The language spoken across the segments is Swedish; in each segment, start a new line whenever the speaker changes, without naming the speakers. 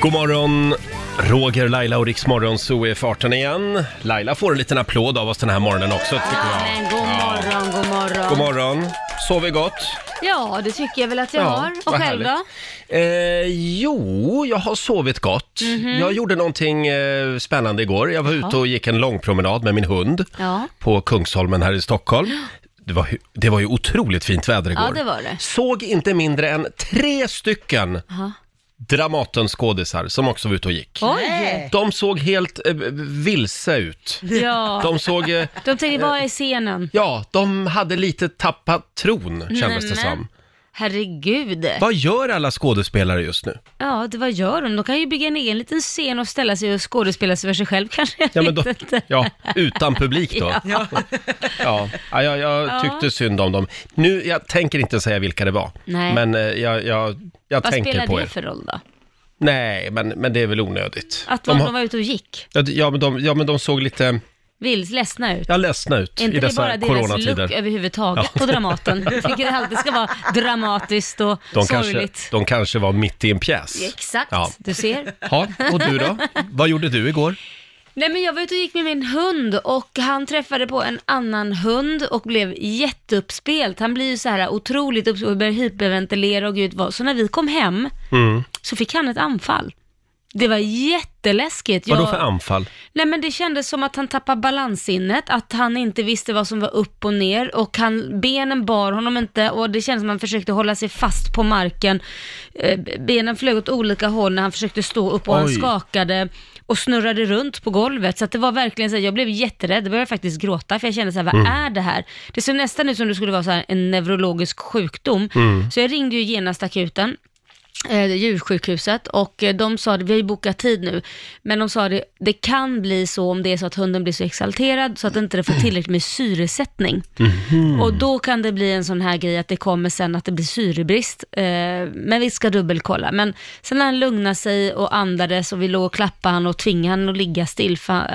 God morgon, Roger, Laila och Riksmorgon, så är farten igen. Laila får en liten applåd av oss den här morgonen också, tycker jag.
Men god morgon, god morgon.
God morgon. Sov vi gott?
Ja, det tycker jag väl att jag har. Och
vad
själv då?
Jo, jag har sovit gott. Jag gjorde någonting spännande igår. Jag var ute och gick en lång promenad med min hund på Kungsholmen här i Stockholm. Det var ju otroligt fint väder igår.
Ja, det var det.
Såg inte mindre än 3 stycken Dramaten-skådisar som också var ute och gick.
Oj!
De såg helt vilse ut.
Ja.
De såg...
De tänkte vara i scenen.
Ja, de hade lite tappat tron, kändes det som.
Herregud.
Vad gör alla skådespelare just nu?
Ja, vad gör de? De kan ju bygga en egen liten scen och ställa sig och skådespela sig för sig själv kanske.
Ja, utan publik då. Jag tyckte synd om dem. Nu, jag tänker inte säga vilka det var.
Nej.
Men jag
vad
tänker på er.
Vad spelar det för roll då?
Nej, men det är väl onödigt.
Att de var ute och gick?
Men de såg lite...
ledsna ut.
Ja, ledsna ut i dessa coronatider. Inte det bara deras look
överhuvudtaget på Dramaten. Jag tycker det alltid ska vara dramatiskt och sorgligt.
De kanske var mitt i en pjäs.
Exakt, du ser.
Ja, och du då? Vad gjorde du igår?
Nej, men jag var ute och gick med min hund och han träffade på en annan hund och blev jätteuppspelt. Han blir ju så här otroligt uppspelt och började hyperventilera och gud vad. Så när vi kom hem så fick han ett anfall. Det var jätteläskigt.
Vadå för anfall?
Nej, men det kändes som att han tappade balanssinnet, att han inte visste vad som var upp och ner och benen bar honom inte och det kändes som att han försökte hålla sig fast på marken. Benen flög åt olika håll när han försökte stå upp och han skakade och snurrade runt på golvet. Så att det var verkligen så här, jag blev jätterädd. Jag började faktiskt gråta för jag kände så här, vad är det här? Det såg nästan ut som det skulle vara så här en neurologisk sjukdom. Så jag ringde ju genast akuten. Djursjukhuset och de sa att vi har ju bokat tid nu, men de sa att det kan bli så om det är så att hunden blir så exalterad så att inte det får tillräckligt med syresättning och då kan det bli en sån här grej att det kommer sen att det blir syrebrist, men vi ska dubbelkolla. Men sen när han lugnade sig och andades och vi låg och klappade han och tvingade han att ligga still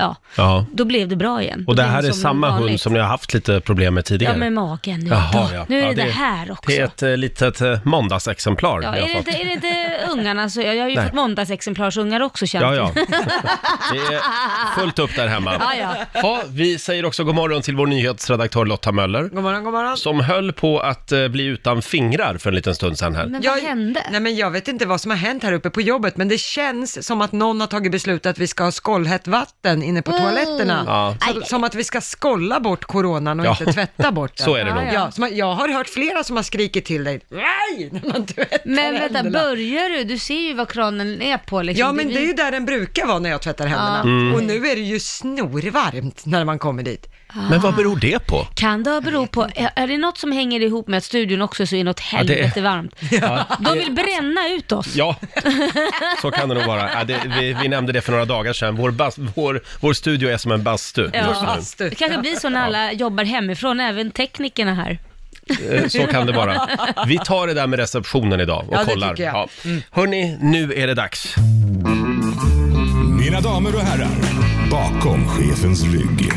då blev det bra igen.
Och det här är samma hund som ni har haft lite problem med tidigare?
Ja, med magen nu. Nu är det här också.
Det är ett litet måndagsexemplar
jag har fått. Är det inte ungarna så jag har ju fått måndagsexemplarsungar också känt.
Ja. Det är fullt upp där hemma. Ja, vi säger också god morgon till vår nyhetsredaktör Lotta Möller.
God morgon.
Som höll på att bli utan fingrar för en liten stund sedan här.
Men vad hände?
Nej, men jag vet inte vad som har hänt här uppe på jobbet, men det känns som att någon har tagit beslut att vi ska ha skållhett vatten inne på toaletterna. Som att vi ska skålla bort coronan och inte tvätta bort den.
Så är det nog.
Jag har hört flera som har skrikit till dig. Nej, när man tvättar
men vänta,
händerna.
Börjar du? Du ser ju vad kranen är på. Liksom.
Ja, men det är ju där den brukar vara när jag tvättar händerna. Och nu är det ju snorvarmt när man kommer dit.
Men vad beror det på?
Kan det bero på, är det något som hänger ihop med att studion också så är något helvete varmt? De vill bränna ut oss.
Ja, så kan det nog vara. Vi nämnde det för några dagar sedan. Vår studio är som en bastu.
Det kanske blir så när alla jobbar hemifrån, även teknikerna här.
Så kan det vara. Vi tar det där med receptionen idag och kollar.
Det jag.
Hörrni, nu är det dags.
Mina damer och herrar, bakom chefens rygg.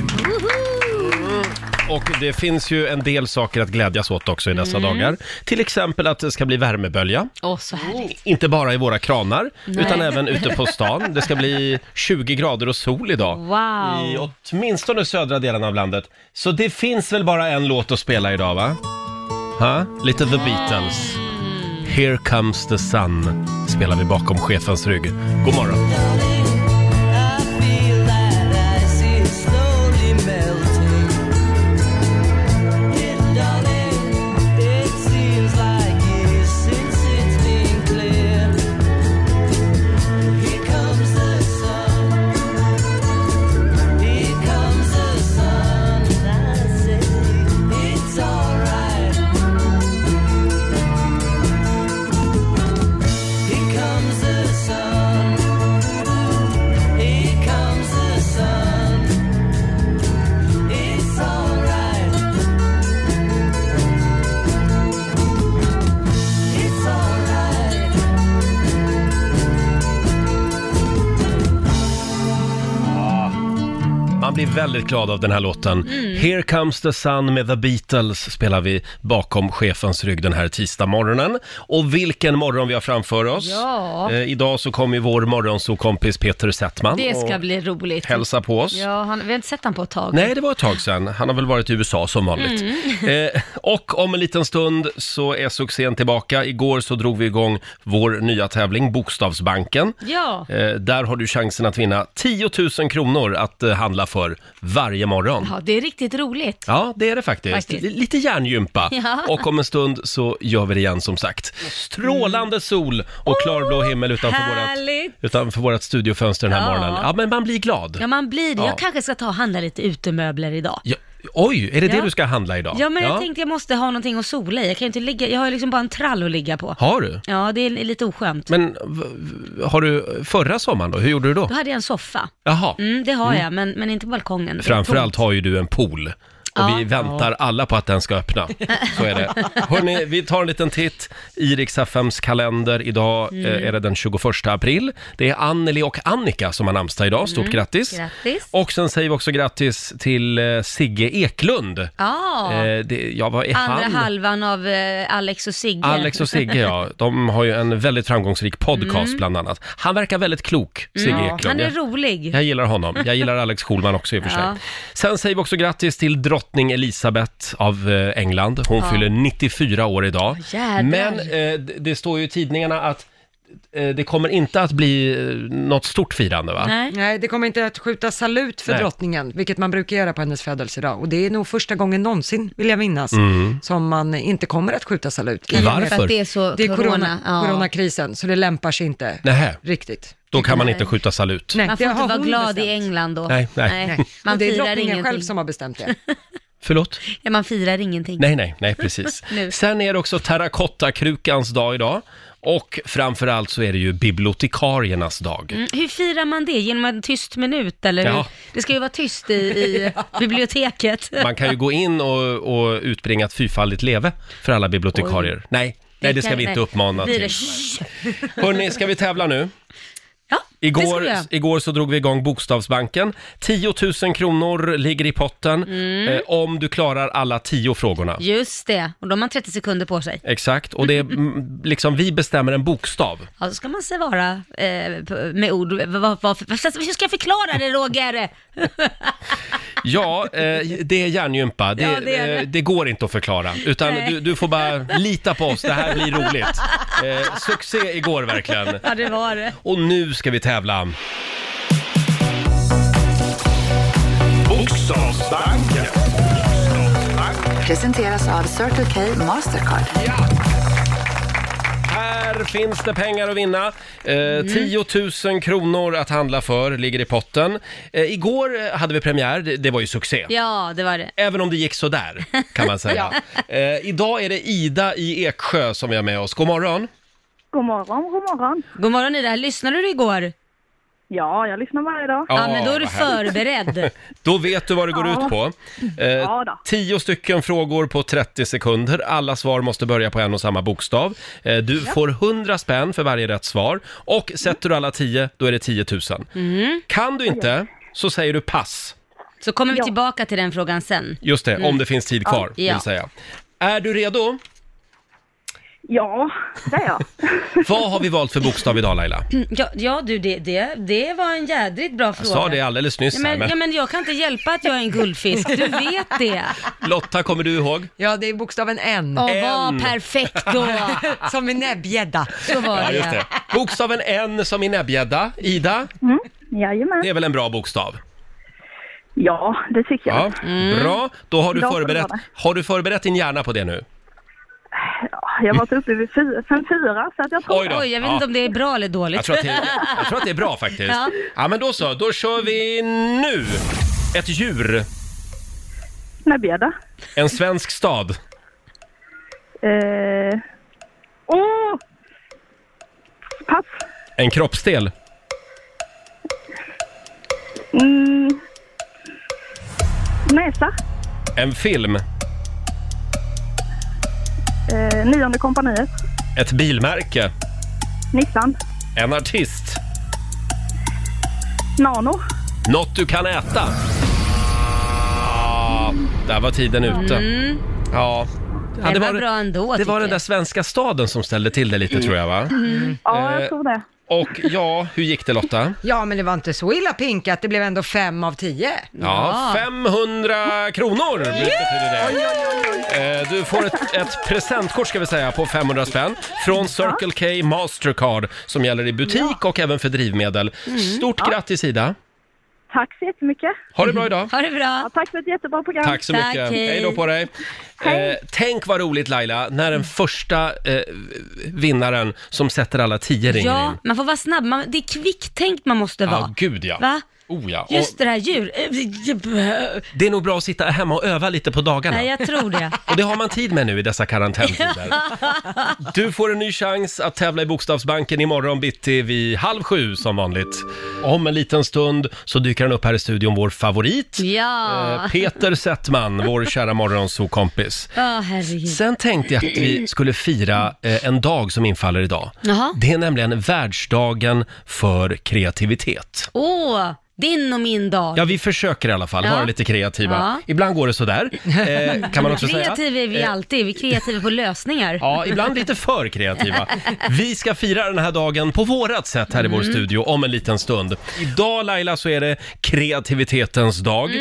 Och det finns ju en del saker att glädjas åt också i dessa dagar. Till exempel att det ska bli värmebölja.
Så härligt.
Inte bara i våra kranar, utan även ute på stan. Det ska bli 20 grader och sol idag.
Wow.
I åtminstone södra delen av landet. Så det finns väl bara en låt att spela idag, va? Lite The Beatles. Here comes the sun spelar vi bakom chefens rygg. God morgon. blir väldigt glad av den här låten. Here Comes the Sun med The Beatles spelar vi bakom chefens rygg den här tisdagsmorgonen. Och vilken morgon vi har framför oss.
Ja.
Idag så kommer vår morgonsokompis Peter Settman.
Det ska bli roligt.
Hälsa på oss.
Ja, vi har inte sett han på ett tag.
Nej, det var ett tag sedan. Han har väl varit i USA som vanligt. Och om en liten stund så är succén tillbaka. Igår så drog vi igång vår nya tävling, Bokstavsbanken.
Ja.
Där har du chansen att vinna 10 000 kronor att handla för varje morgon.
Ja, det är riktigt roligt.
Ja, det är det faktiskt. Lite hjärngympa.
Ja.
Och om en stund så gör vi det igen som sagt. Strålande sol och klarblå himmel utanför vårt studiofönster den här morgonen. Ja, men man blir glad.
Ja, man blir det.
Ja.
Jag kanske ska ta och handla lite utemöbler idag.
Ja. Oj, är det det du ska handla idag?
Ja, men jag tänkte jag måste ha någonting att sola i. Jag kan inte ligga, jag har liksom bara en trall att ligga på.
Har du?
Ja, det är lite oskönt.
Men har du förra sommaren då? Hur gjorde du då?
Då hade jag en soffa.
Jaha.
Det har jag, men inte på balkongen.
Framförallt har ju du en pool. Och vi väntar alla på att den ska öppna. Så är det. Hörrni, vi tar en liten titt i Rix FMs kalender. Idag är det den 21 april. Det är Anneli och Annika som har namnsdag idag. Stort grattis.
Grattis.
Och sen säger vi också grattis till Sigge Eklund. Vad är
Andra
han?
halvan av Alex och Sigge.
Alex och Sigge, ja. De har ju en väldigt framgångsrik podcast bland annat. Han verkar väldigt klok, Sigge Eklund.
Han är rolig.
Jag gillar honom. Jag gillar Alex Schulman också i och för sig. Sen säger vi också grattis till drottning Elisabeth av England. Hon fyller 94 år idag. Men det står ju i tidningarna att det kommer inte att bli något stort firande, va?
Nej, det kommer inte att skjuta salut för drottningen, vilket man brukar göra på hennes födelsedag. Och det är nog första gången någonsin, vill jag minnas, som man inte kommer att skjuta salut.
Varför?
För att det är så
det är coronakrisen, så det lämpar sig inte riktigt.
Då kan man inte skjuta salut.
Nej, man får inte vara glad i England då.
Nej.
Man
det är
firar
drottningen
ingenting.
själv som har bestämt det.
Förlåt?
Ja, man firar ingenting.
Nej, precis. Sen är det också terrakottakrukans dag idag. Och framförallt så är det ju bibliotekariernas dag.
Hur firar man det? Genom en tyst minut? Eller
Ja.
Det ska ju vara tyst i biblioteket.
Man kan ju gå in och utbringa ett fyrfaldigt leve för alla bibliotekarier. Nej, det ska vi inte uppmana till. Hörrni, ska vi tävla nu?
Ja,
Igår så drog vi igång Bokstavsbanken. 10 000 kronor ligger i potten om du klarar alla 10 frågorna.
Just det, och då har man 30 sekunder på sig.
Exakt, och det är liksom vi bestämmer en bokstav.
Ja, så ska man svara med ord. Hur ska jag förklara det, Roger?
Ja, det är hjärngympa. Det går inte att förklara. Utan du får bara lita på oss. Det här blir roligt. Succé igår verkligen.
Ja, det var det.
Och nu ska vi tävla.
Bokstavsbanken.
Presenteras av Circle K Mastercard.
Ja. Här finns det pengar att vinna. 10 000 kronor att handla för ligger i potten. Igår hade vi premiär, det var ju succé.
Ja, det var det.
Även om det gick så där kan man säga. Idag är det Ida i Eksjö som vi har med oss. God morgon.
God morgon.
God morgon Ida, lyssnade du igår?
Ja, jag lyssnar varje dag.
Ja, men då är du förberedd.
Då vet du vad det går ut på.
Ja då.
10 stycken frågor på 30 sekunder. Alla svar måste börja på en och samma bokstav. Du får 100 spänn för varje rätt svar. Och sätter du alla 10, då är det 10 000. Kan du inte, så säger du pass.
Så kommer vi tillbaka till den frågan sen.
Just det, om det finns tid kvar,
Ja.
vill säga. Är du redo?
Ja, det är jag.
Vad har vi valt för bokstav idag, Laila?
Ja du, det var en jädrigt bra fråga.
Jag sa det alldeles nyss här,
Ja, men jag kan inte hjälpa att jag är en guldfisk. Du vet det.
Lotta, kommer du ihåg?
Ja, det är bokstaven N.
Vad perfekt då.
Som i näbbgädda.
Så var
Ja, just det. Bokstaven N som i näbbgädda. Ida,
Jajamän.
det är väl en bra bokstav?
Ja, det tycker jag.
Ja, bra. Då har du
Bra
förberett.
för det.
Har du förberett din hjärna på det nu?
Jag var uppe vid 5-4, så att jag tror...
Oj då.
Oj, jag vet inte om det är bra eller dåligt.
Jag tror att det är bra faktiskt. Ja, men då så. Då kör vi nu. Ett djur.
Näbbgädda.
En svensk stad.
Pass.
En kroppsdel.
Näsa.
En film.
9:e kompaniet.
Ett bilmärke.
Nissan.
En artist.
Nano.
Något du kan äta. Ja, där var tiden ute. Ja. Ja,
det var bra ändå.
Det var den där svenska staden som ställde till det lite, tror jag, va?
Ja, jag tror det.
Och ja, hur gick det, Lotta?
Ja, men det var inte så illa pinkat. Det blev ändå 5 av 10.
Ja, 500 kronor betyder det. Du får ett presentkort, ska vi säga, på 500 spänn från Circle K Mastercard som gäller i butik och även för drivmedel. Stort grattis, Ida.
Tack så jättemycket.
Ha det bra idag.
Ha det bra.
Ja, tack för ett jättebra program.
Tack så mycket. Hej då på dig. Tänk vad roligt, Laila, när den första vinnaren som sätter alla 10 ringer in.
Ja, man får vara snabb. Det är kvicktänkt man måste vara.
Ja, gud ja.
Va?
Oh ja.
Just det här
Det är nog bra att sitta hemma och öva lite på dagarna.
Nej, jag tror det.
Och det har man tid med nu i dessa karantäntider. Du får en ny chans att tävla i Bokstavsbanken imorgon bitti vid 6:30 som vanligt. Om en liten stund så dyker han upp här i studion, vår favorit.
Ja.
Peter Settman, vår kära morgonsokompis.
Herregud.
Sen tänkte jag att vi skulle fira en dag som infaller idag.
Jaha.
Det är nämligen världsdagen för kreativitet.
Din och min dag.
Ja, vi försöker i alla fall vara lite kreativa. Ja. Ibland går det sådär, kan man också säga.
Kreativa är vi alltid, vi är kreativa på lösningar.
Ja, ibland lite för kreativa. Vi ska fira den här dagen på vårat sätt här i vår studio om en liten stund. Idag, Laila, så är det kreativitetens dag.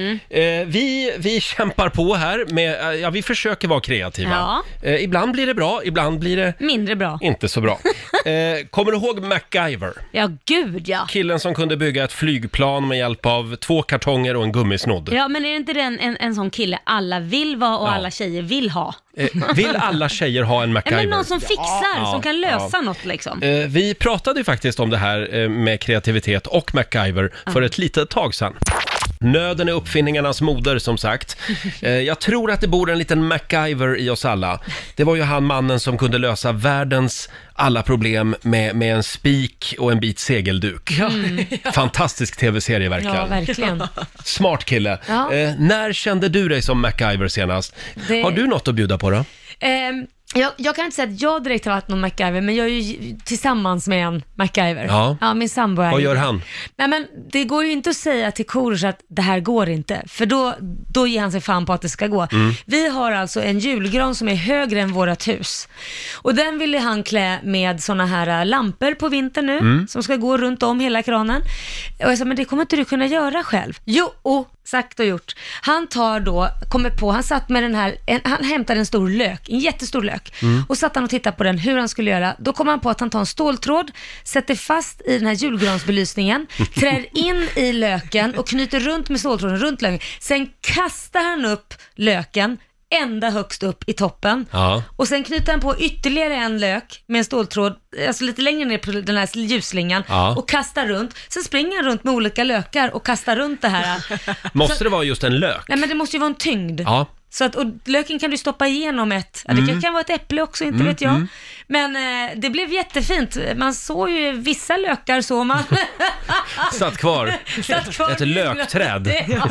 Vi kämpar på här med, vi försöker vara kreativa. Ja. Ibland blir det bra, ibland blir det
mindre bra.
Inte så bra. Kommer du ihåg MacGyver?
Ja, gud ja.
Killen som kunde bygga ett flygplan med hjälp av 2 kartonger och en gummisnodd.
Ja, men är det inte en sån kille alla vill vara och alla tjejer vill ha?
Vill alla tjejer ha en MacGyver?
Men någon som fixar, som kan lösa något liksom.
Vi pratade ju faktiskt om det här med kreativitet och MacGyver för ett litet tag sedan. Nöden är uppfinningarnas moder, som sagt. Jag tror att det bor en liten MacGyver i oss alla. Det var ju han mannen som kunde lösa världens alla problem med en spik och en bit segelduk. Fantastisk tv-serie verkligen.
Ja, verkligen.
Smart kille. Ja. När kände du dig som MacGyver senast? Har du något att bjuda på då?
Jag kan inte säga att jag direkt har varit någon MacGyver, men jag är ju tillsammans med en MacGyver.
Ja,
min sambo är.
Vad gör han?
Nej, men det går ju inte att säga till Korosh att det här går inte, för då ger han sig fan på att det ska gå. Vi har alltså en julgran som är högre än vårat hus. Och den ville han klä med såna här lampor på vintern nu, som ska gå runt om hela kranen. Och jag sa, men det kommer inte du kunna göra själv. Sagt och gjort. Han han satt med den här, han hämtade en stor lök, en jättestor lök, och satt han och tittade på den, hur han skulle göra. Då kom han på att han tar en ståltråd, sätter fast i den här julgransbelysningen, trär in i löken och knyter runt med ståltråden runt löken. Sen kastar han upp löken ända högst upp i toppen. Ja. Och sen knyter han på ytterligare en lök med en ståltråd, alltså lite längre ner på den här ljusslingan, och kastar runt. Sen springer han runt med olika lökar och kastar runt det här.
Måste det vara just en lök?
Nej, men det måste ju vara en tyngd.
Ja.
Så att, och löken kan du stoppa igenom det kan vara ett äpple också, inte vet jag. Men det blev jättefint. Man såg ju vissa lökar så man
satt kvar ett lökträd.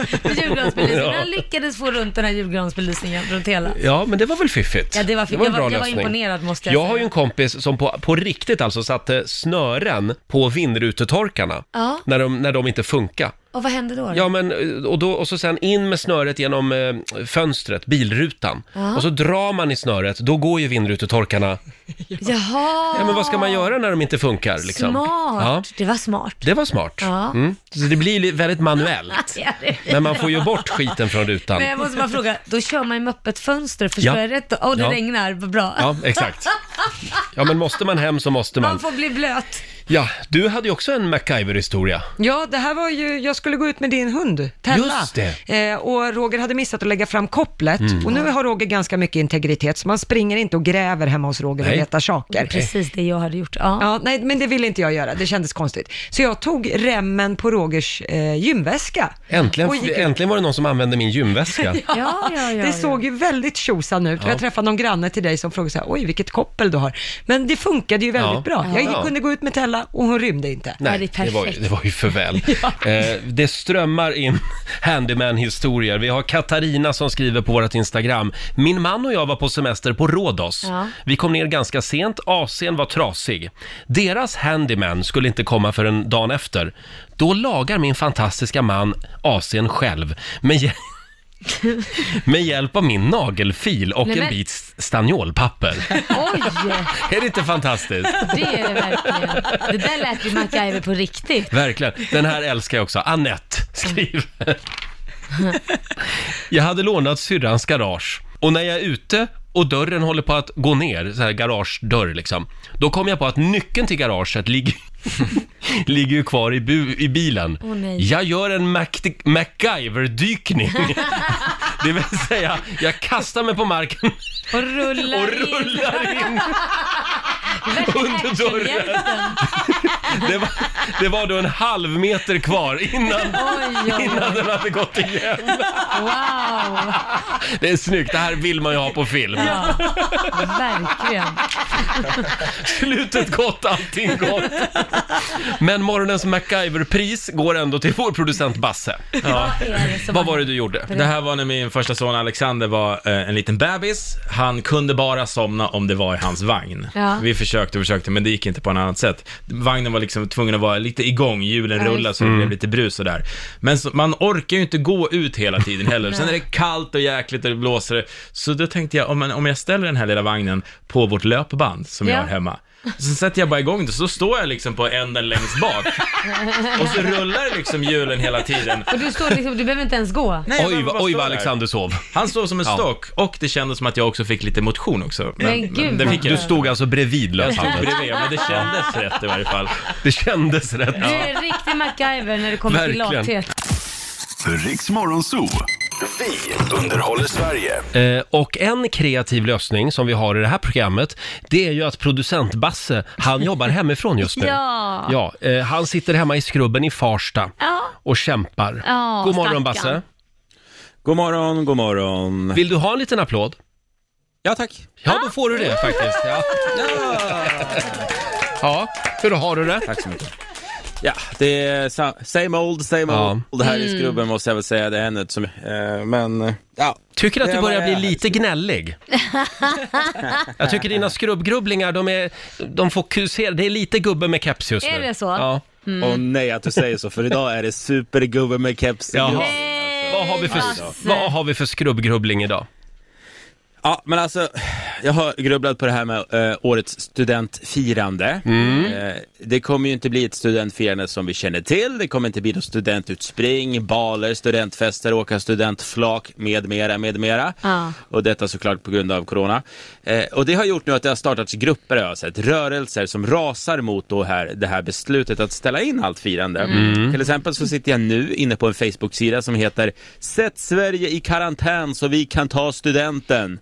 Han lyckades få runt den här julgransbelysningen runt hela.
Ja, men det var väl fiffigt.
Ja, det var fiffigt. Jag var imponerad, måste jag säga.
Jag har ju en kompis som på riktigt alltså satte snören på vindrutetorkarna när de inte funkar.
Och vad hände då?
Ja, men och så sen in med snöret genom fönstret, bilrutan. Och så drar man i snöret, då går ju vindrutetorkarna.
Jaha.
Ja, men vad ska man göra när de inte funkar liksom?
Smart. Ja. Det var smart.
Det var smart. Ja. Så det blir väldigt manuellt. Men man får ju bort skiten från rutan.
Men jag måste bara fråga, då kör man ju med öppet fönster, förstår jag rätt? Det regnar, bra.
Ja, exakt. Ja, men måste man hem så måste man.
Man får bli blöt.
Ja, du hade ju också en MacGyver-historia.
Ja, det här var ju, jag skulle gå ut med din hund, Tella.
Just det.
Och Roger hade missat att lägga fram kopplet. Och nu har Roger ganska mycket integritet, så man springer inte och gräver hemma hos Roger och letar saker.
Precis det jag hade gjort.
Ja, nej, men det ville inte jag göra, det kändes konstigt. Så jag tog remmen på Rogers gymväska.
Äntligen var det någon som använde min gymväska.
Ja, det såg ju väldigt tjosan ut. Jag träffade någon granne till dig som frågade så här, oj vilket koppel du har. Men det funkade ju väldigt bra. Jag kunde gå ut med Tella och hon rymde inte.
Nej, det var ju för väl. Det strömmar in handyman-historier. Vi har Katarina som skriver på vårt Instagram. Min man och jag var på semester på Rhodos. Ja. Vi kom ner ganska sent, AC:n var trasig. Deras handyman skulle inte komma förrän dagen efter. Då lagar min fantastiska man AC:n själv Med hjälp av min nagelfil och en bit staniolpapper.
Oj!
Är det inte fantastiskt?
Det är det verkligen. Det där lät ju MacGyver på riktigt.
Verkligen. Den här älskar jag också. Annette skriver. Jag hade lånat syrrans garage. Och när jag är ute och dörren håller på att gå ner, så här garagedörr liksom, då kom jag på att nyckeln till garaget ligger ju kvar i bilen. Jag gör en MacGyver-dykning. Det vill säga, jag kastar mig på marken
och rullar in.
Under dörren. Det var då en halv meter kvar innan den hade gått igen.
Wow.
Det är snyggt, det här vill man ju ha på film.
Ja, verkligen.
Slutet gott, allting gott. Men morgonens MacGyver-pris går ändå till vår producent Basse.
Ja.
Vad var det du gjorde?
Det här var när min första son Alexander var en liten bebis. Han kunde bara somna om det var i hans vagn.
Ja.
Vi försökte, men det gick inte på något annat sätt. Vagnen var liksom tvungen att vara lite igång, hjulen rullade så det blev lite brus och där. Men så, man orkar ju inte gå ut hela tiden heller. Sen är det kallt och jäkligt och det blåser. Så då tänkte jag, om jag ställer den här lilla vagnen på vårt löpband som jag har hemma. Så sätter jag bara igång det, så står jag liksom på änden längst bak. Och så rullar liksom hjulen hela tiden.
Och du står liksom, du behöver inte ens gå.
Nej,
oj vad Alexander sov.
Han stod som en stock, och det kändes som att jag också fick lite motion också.
Men gud,
du stod alltså bredvid löpbandet.
Bredvid, men det kändes rätt i varje fall.
Det kändes rätt.
Du är en riktig MacGyver när det kommer till lathet.
Riks Morgonzoo. Vi underhåller Sverige.
Och en kreativ lösning som vi har i det här programmet, det är ju att producent Basse, han jobbar hemifrån just nu.
Ja.
Han sitter hemma i skrubben i Farsta och kämpar.
Ja,
god morgon Basse.
God morgon.
Vill du ha en liten applåd?
Ja, tack.
Ja, då får du det faktiskt. Ja, hur har du det?
Tack så mycket. Ja, det är same old. Och det här i skrubben måste jag väl säga, det är ändå som, men ja.
Tycker att du börjar bli lite gnällig? Jag tycker dina skrubbgrubblingar, de fokuserar, det är lite gubbe med keps just nu.
Är det så?
Ja.
Och nej att du säger så, för idag är det supergubbe med keps.
Vad har vi för skrubbgrubbling idag?
Ja, men alltså, jag har grubblat på det här med årets studentfirande. Det kommer ju inte bli ett studentfirande som vi känner till. Det kommer inte bli något studentutspring, baler, studentfester, åka studentflak med mera. Och detta såklart på grund av corona. Och det har gjort nu att det har startats grupper, jag har sett rörelser som rasar mot det här beslutet att ställa in allt firande. Till exempel så sitter jag nu inne på en Facebook-sida som heter Sätt Sverige i karantän så vi kan ta studenten.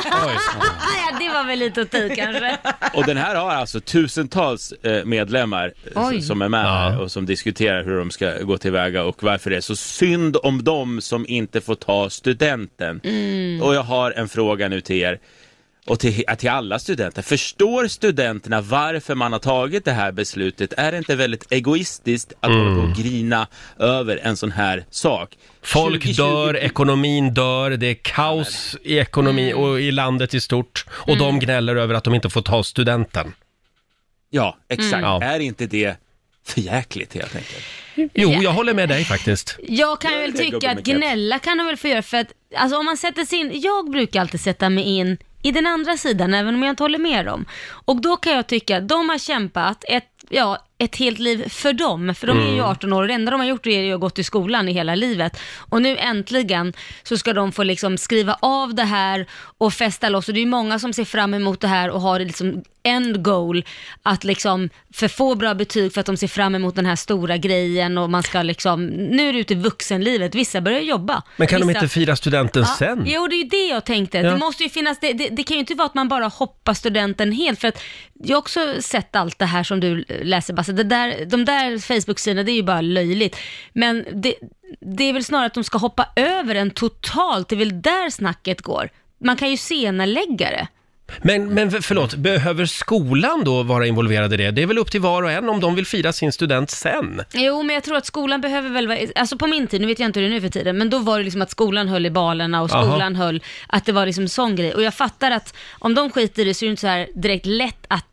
Ja, det var väl lite att ta kanske.
Och den här har alltså tusentals medlemmar som är med här och som diskuterar hur de ska gå tillväga och varför det är så synd om dem som inte får ta studenten. Och jag har en fråga nu till er och till alla studenter. Förstår studenterna varför man har tagit det här beslutet? Är det inte väldigt egoistiskt att hålla på och grina över en sån här sak?
Folk dör, ekonomin dör, det är kaos i ekonomi och i landet i stort. Och de gnäller över att de inte får ta studenten.
Ja, exakt. Är inte det för jäkligt helt enkelt?
Jo, jag håller med dig faktiskt.
Jag kan väl tycka att gnälla kan de väl få göra, för att alltså, om man sätter sig in, jag brukar alltid sätta mig in i den andra sidan, även om jag inte håller med dem. Och då kan jag tycka att de har kämpat ett helt liv för dem. För de är ju 18 år och det enda de har gjort är ju att gå till skolan i hela livet. Och nu äntligen så ska de få liksom skriva av det här och festa loss. Och det är ju många som ser fram emot det här och har det liksom end goal att liksom få bra betyg för att de ser fram emot den här stora grejen och man ska liksom, nu är det ute i vuxenlivet, vissa börjar jobba.
Men kan de inte fira studenten sen?
Jo, det är ju det jag tänkte. Det måste ju finnas, det kan ju inte vara att man bara hoppar studenten helt, för att jag har också sett allt det här som du läser, Basse. De där Facebook-sidorna, det är ju bara löjligt. Men det är väl snarare att de ska hoppa över en totalt, det är väl där snacket går. Man kan ju senarelägga det.
Men förlåt, behöver skolan då vara involverad i det? Det är väl upp till var och en om de vill fira sin student sen? Jo, men jag tror att skolan behöver väl, alltså på min tid, nu vet jag inte hur det är nu för tiden, men då var det liksom att skolan höll i balerna och skolan höll, att det var liksom sån grej. Och jag fattar att om de skiter i det så är det inte så här direkt lätt att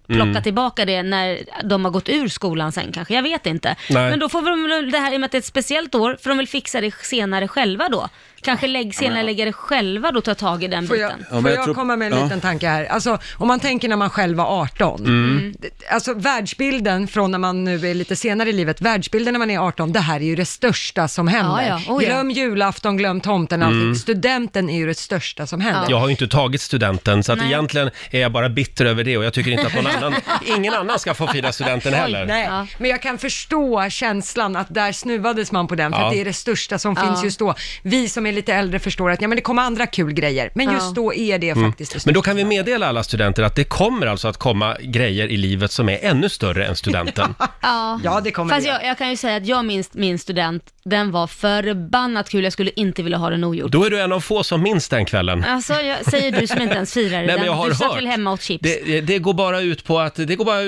plocka tillbaka det när de har gått ur skolan sen kanske, jag vet inte.
Nej.
Men då får de det här, i och med att det är ett speciellt år, för de vill fixa det senare själva då. Kanske lägga det själva då, ta tag i den biten.
Får jag komma med en liten tanke här? Alltså, om man tänker när man själv var 18, alltså världsbilden från när man nu är lite senare i livet, världsbilden när man är 18, det här är ju det största som händer. Glöm julafton, glöm tomten, allting. Studenten är ju det största som händer.
Jag har ju inte tagit studenten, så att egentligen är jag bara bitter över det, och jag tycker inte att ingen annan ska få fira studenten heller.
Nej, men jag kan förstå känslan att där snuvades man på den, för att det är det största som finns just då. Vi som är lite äldre förstår att men det kommer andra kul grejer, men just då är det faktiskt det största.
Men då kan vi meddela alla studenter att det kommer alltså att komma grejer i livet som är ännu större än studenten.
Ja, det kommer.
Fast jag kan ju säga att jag minns min student, den var förbannat kul, jag skulle inte vilja ha den ogjord.
Då är du en av få som minns den kvällen.
Alltså, säger du som inte ens firar den. Du satt väl hemma åt chips.
Det går bara ut på att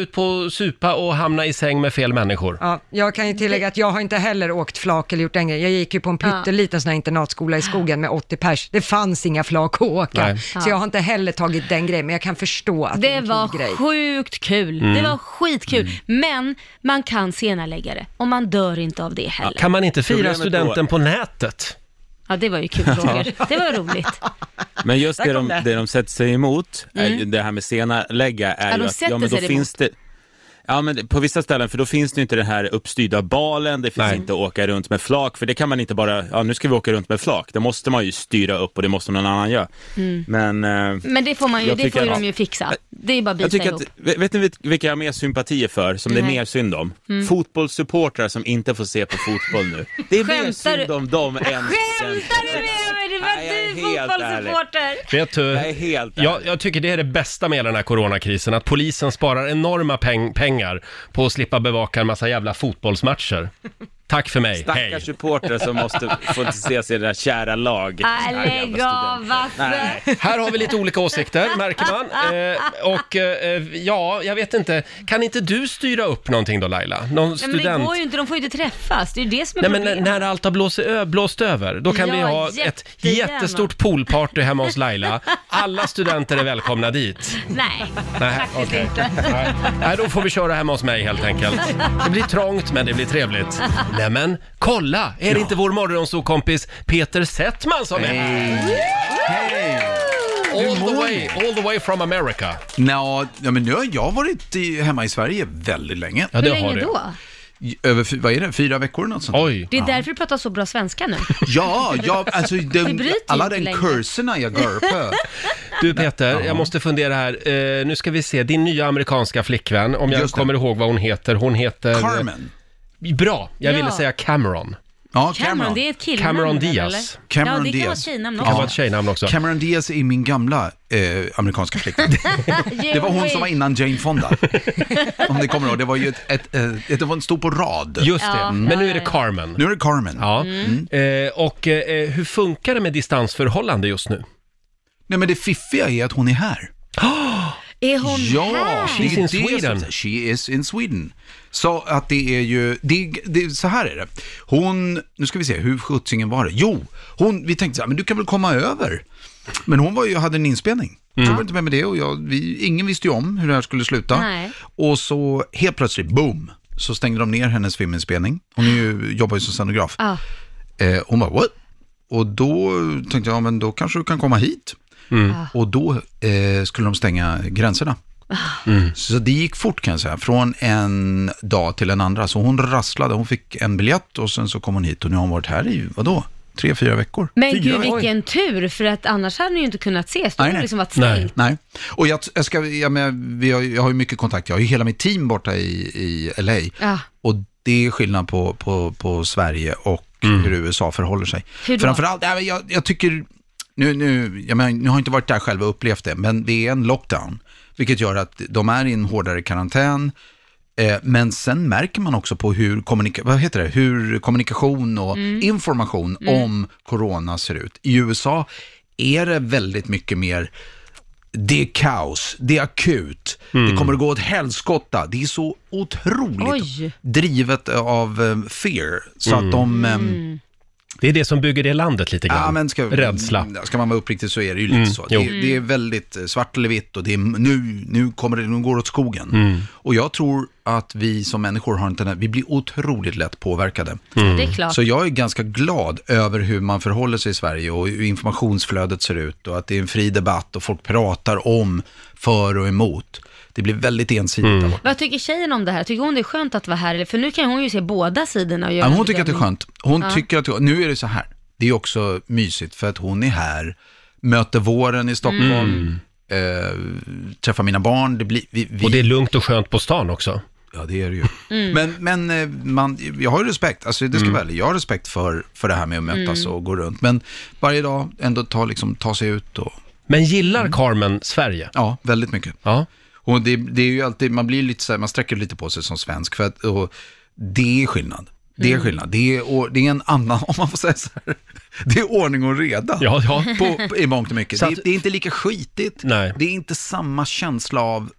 supa och hamna i säng med fel människor.
Ja, jag kan ju tillägga att jag har inte heller åkt flak eller gjort en grej. Jag gick ju på en pytteliten sån här internatskola i skogen med 80 pers. Det fanns inga flak att åka. Nej. Så jag har inte heller tagit den grejen, men jag kan förstå att det är en kul grej.
Det var sjukt kul. Det var skitkul. Men man kan senarelägga det, och man dör inte av det heller.
Kan man inte fira studenten på nätet?
Ja, det var ju kul, Roger. Det var roligt.
Men just det de sätter sig emot, det här med senalägga, är ju att men då finns det... Ja, men på vissa ställen, för då finns det inte den här uppstyrda balen, det finns inte att åka runt med flak, för det kan man inte bara, nu ska vi åka runt med flak, det måste man ju styra upp, och det måste någon annan göra. Men
det får man ju, det får ju de ju fixa. Det är bara bita ihop.
Vet ni vilka jag har mer sympatier för, som det är mer synd om? Fotbollssupportrar som inte får se på fotboll nu. Det är mer synd om dem än...
Skämtar du med mig? Det var du fotbollssupporter.
Vet du,
jag är helt
jag tycker det är det bästa med den här coronakrisen, att polisen sparar enorma pengar på att slippa bevaka en massa jävla fotbollsmatcher. Tack för mig.
Stackars supporter som måste få se sig där kära lag.
Lägg av,
Här har vi lite olika åsikter, märker man. Jag vet inte. Kan inte du styra upp någonting då, Laila?
Men det går ju inte, de får ju inte träffas. Det är ju det som är problemet.
Men när allt har blåst över, då kan vi ha ett jättestort poolparty hemma hos Laila. Alla studenter är välkomna dit.
Nej, faktiskt inte.
Nej, då får vi köra hemma hos mig helt enkelt. Det blir trångt, men det blir trevligt. Nej, men kolla, är det inte vår morgonsokompis Peter Settman som är här?
Hej!
All the way from America.
Men nu har jag varit hemma i Sverige väldigt länge.
Ja,
hur länge då?
Över, vad är det? 4 veckor något sånt.
Oj.
Det är därför du pratar så bra svenska nu.
Ja, alltså alla den kurserna jag går på.
Du Peter, jag måste fundera här. Nu ska vi se, din nya amerikanska flickvän, om jag kommer ihåg vad hon heter. Hon heter...
Carmen.
Bra, jag ville säga Cameron.
Ja,
Cameron, det är ett killnamn.
Cameron Diaz.
Cameron
det kan
Diaz.
vara ett tjejnamn också.
Det kan vara ett tjejnamn också.
Cameron Diaz är min gamla amerikanska flickvän. Det var hon som var innan Jane Fonda. Om det kommer ihåg, det var ju det var en stor på rad.
Just det, men nu är det Carmen.
Nu är det Carmen.
Ja. Hur funkar det med distansförhållande just nu?
Nej, men det fiffiga är att hon är här.
Är hon här?
She's in Sweden.
She is in Sweden. Så att det är ju, så här är det. Hon, nu ska vi se, hur skjutsingen var det? Jo, vi tänkte så här, men du kan väl komma över. Men hon hade en inspelning. Jag var inte med det, och ingen visste ju om hur det här skulle sluta.
Nej.
Och så helt plötsligt, boom, så stängde de ner hennes filminspelning. Hon jobbar ju som scenograf. Hon bara, what? Och då tänkte jag, men då kanske du kan komma hit. Och då skulle de stänga gränserna. Så det gick fort, kan jag säga, från en dag till en andra. Så hon rasslade, hon fick en biljett och sen så kom hon hit, och nu har hon varit här i, 3-4 veckor.
Men gud, vilken tur, för att annars hade ni ju inte kunnat ses. Det har liksom varit stängt.
Nej. Och jag har ju mycket kontakt. Jag har ju hela mitt team borta i LA. Och det är skillnad på Sverige och hur USA förhåller sig. Framförallt, jag tycker... Nu har jag inte varit där själv och upplevt det, men det är en lockdown, vilket gör att de är i en hårdare karantän, men sen märker man också på hur kommunikation och information om corona ser ut. I USA är det väldigt mycket mer, det är kaos, det är akut, det kommer att gå åt helskotta, det är så otroligt drivet av fear, så att
Det är det som bygger det landet lite grann.
Ja, men
rädsla.
Ska man vara uppriktig så är det ju lite så. Det är väldigt svart eller vitt och det är, nu går det åt skogen. Och jag tror att vi som människor har inte vi blir otroligt lätt påverkade.
Det är klart.
Så jag är ganska glad över hur man förhåller sig i Sverige och hur informationsflödet ser ut och att det är en fri debatt och folk pratar om för och emot. Det blir väldigt ensidigt.
Vad tycker tjejen om det här? Tycker hon det är skönt att vara här? För nu kan hon ju se båda sidorna. Och
göra hon tycker att det är skönt. Hon tycker att nu är det så här. Det är också mysigt för att hon är här, möter våren i Stockholm, träffar mina barn. Det blir,
och det är lugnt och skönt på stan också.
Ja, det är det ju. Men jag har ju respekt, alltså det ska väl, jag har respekt för det här med att mötas och gå runt. Men varje dag ändå ta sig ut.
Men gillar Carmen Sverige?
Ja, väldigt mycket.
Ja.
Och det är ju alltid, man blir lite så här, man sträcker lite på sig som svensk för att, och det är skillnad. Det är skillnad. Det är en annan, om man får säga så här, det är ordning och reda i mångt och mycket. Det är inte lika skitigt.
Nej.
Det är inte samma känsla av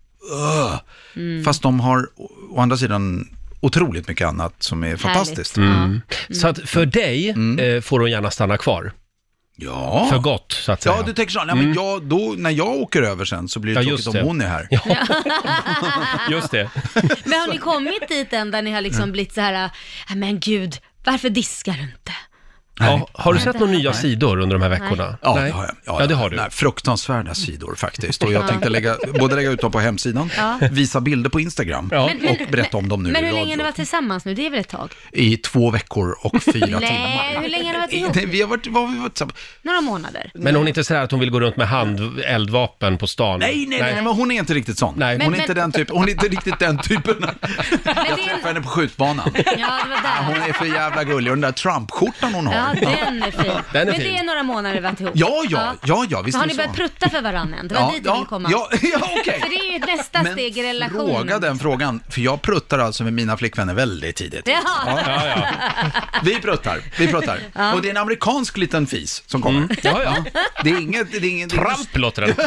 fast de har å andra sidan otroligt mycket annat som är fantastiskt.
Så att för dig får hon gärna stanna kvar.
Ja.
För gott, så att säga.
Ja, du tänker så. Nej, men då, när jag åker över sen så blir det tråkigt om hon är här.
Ja. Just det.
Men har ni kommit dit än där ni har liksom blivit så här, men gud, varför diskar du inte?
Ja, har du sett några nya sidor under de här veckorna?
Ja, det har jag.
Ja, det har du.
Nej, fruktansvärda sidor faktiskt. Och jag tänkte lägga ut dem på hemsidan, visa bilder på Instagram och berätta om dem nu.
Men hur länge har ni varit tillsammans nu? Det är väl ett tag?
I 2 veckor och 4 timmar.
Nej, hur länge har ni varit ihop?
Vi har varit tillsammans.
Några månader.
Men hon är inte så här att hon vill gå runt med eldvapen på stan?
Nej, men hon är inte riktigt sån. Nej. Hon är inte den typen. Hon är inte riktigt den typen. Jag träffade henne på skjutbanan.
Ja, det var där.
Hon är för jävla gullig. Och den där Trump-skjortan hon har.
Ja, den är fin. Men det är några månader varit ihop.
Ja, visst.
Har ni börjat prutta för varandra? Det var dit du ville komma.
Ja, okej.
För det är ju nästa steg i relationen.
Fråga den frågan, för jag pruttar alltså med mina flickvänner väldigt tidigt.
Ja.
Vi pruttar. Ja. Och det är en amerikansk liten fis som kommer. Det är inget...
Tramp låter den.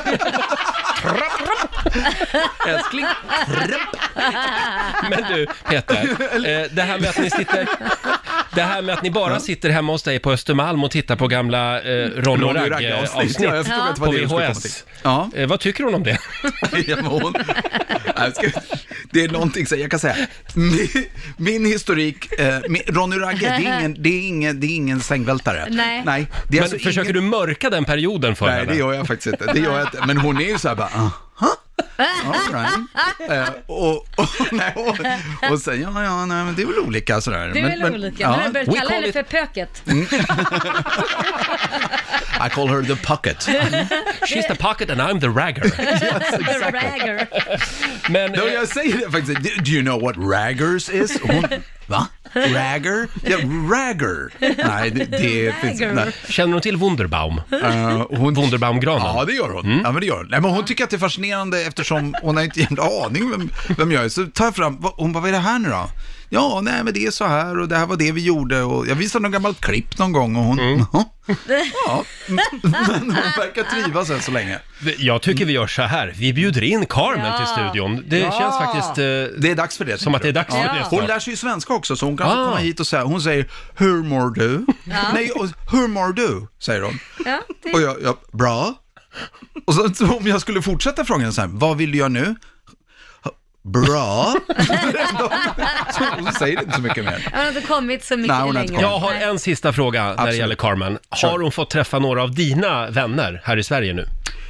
Älskling.
Men du, Peter, det här med att ni bara sitter hemma hos dig på Östermalm och tittar på gamla Ron och Ragge-avsnitt på VHS. Ja. Vad tycker hon om det?
Det är någonting så jag kan säga. Min historik, Ronny Ragge, det är ingen sängvältare.
Nej.
Det är
men
alltså
försköker du mörka den perioden för henne?
Nej, det gör jag faktiskt inte. Men hon är ju så här bara, all right. Och sen, nej, men det är väl olika sådär.
Det är väl olika, men jag börjar kalla henne för pöket.
I call her the pocket.
She's the pocket and I'm the ragger.
Yes, exactly.
Ragger.
Men
jag säger det faktiskt. Do you know what raggers is? Va? Ragger? Ja, ragger. Nej, det finns...
Känner hon till Wunderbaum? Wunderbaum-granen?
Ja, det gör hon. Ja, men det gör hon. Nej, men hon tycker att det är fascinerande eftersom hon har inte en aning vem jag är. Så tar jag fram, hon bara, vad är det här nu då? Ja, nej, men det är så här och det här var det vi gjorde. Och jag visade någon gammalt klipp någon gång och hon... men hon verkar trivas än så länge.
Jag tycker vi gör så här. Vi bjuder in Carmen till studion. Det känns faktiskt...
det är dags för det.
Som att det är dags för det.
Hon lär sig ju svenska också, så hon kan komma hit och säga... Hon säger, hur mår du? Nej, hur mår du? Säger hon. Och jag, bra. Och så om jag skulle fortsätta frågan så här, vad vill du göra nu? Bra. Så säger det inte så mycket mer.
Jag har inte kommit så mycket längre.
Jag har en sista fråga när det gäller Carmen. Har hon fått träffa några av dina vänner här i Sverige nu?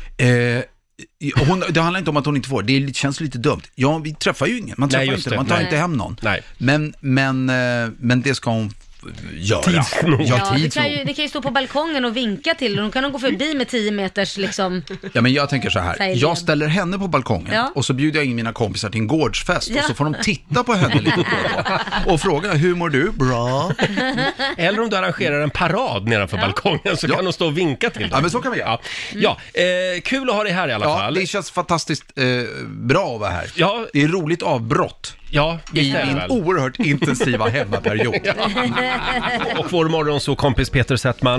Det handlar inte om att hon inte får. Det känns lite dumt. Ja, vi träffar ju ingen. Man träffar inte. Man tar inte hem någon.
Nej.
Men det ska hon göra.
Det kan ju stå på balkongen och vinka till. De kan nog gå förbi med 10 meters liksom.
Ja, men jag tänker så här. Jag ställer henne på balkongen och så bjuder jag in mina kompisar till en gårdsfest och så får de titta på henne lite på och fråga, hur mår du? Bra.
Eller om du arrangerar en parad nedanför balkongen så kan de stå och vinka till dem.
Ja, men så kan vi göra.
Kul att ha dig här i alla fall.
Det känns fantastiskt bra att vara här.
Ja.
Det är roligt avbrott.
Ja,
i min oerhört intensiva hemmaperiod.
Och vår morgonsåkompis Peter Settman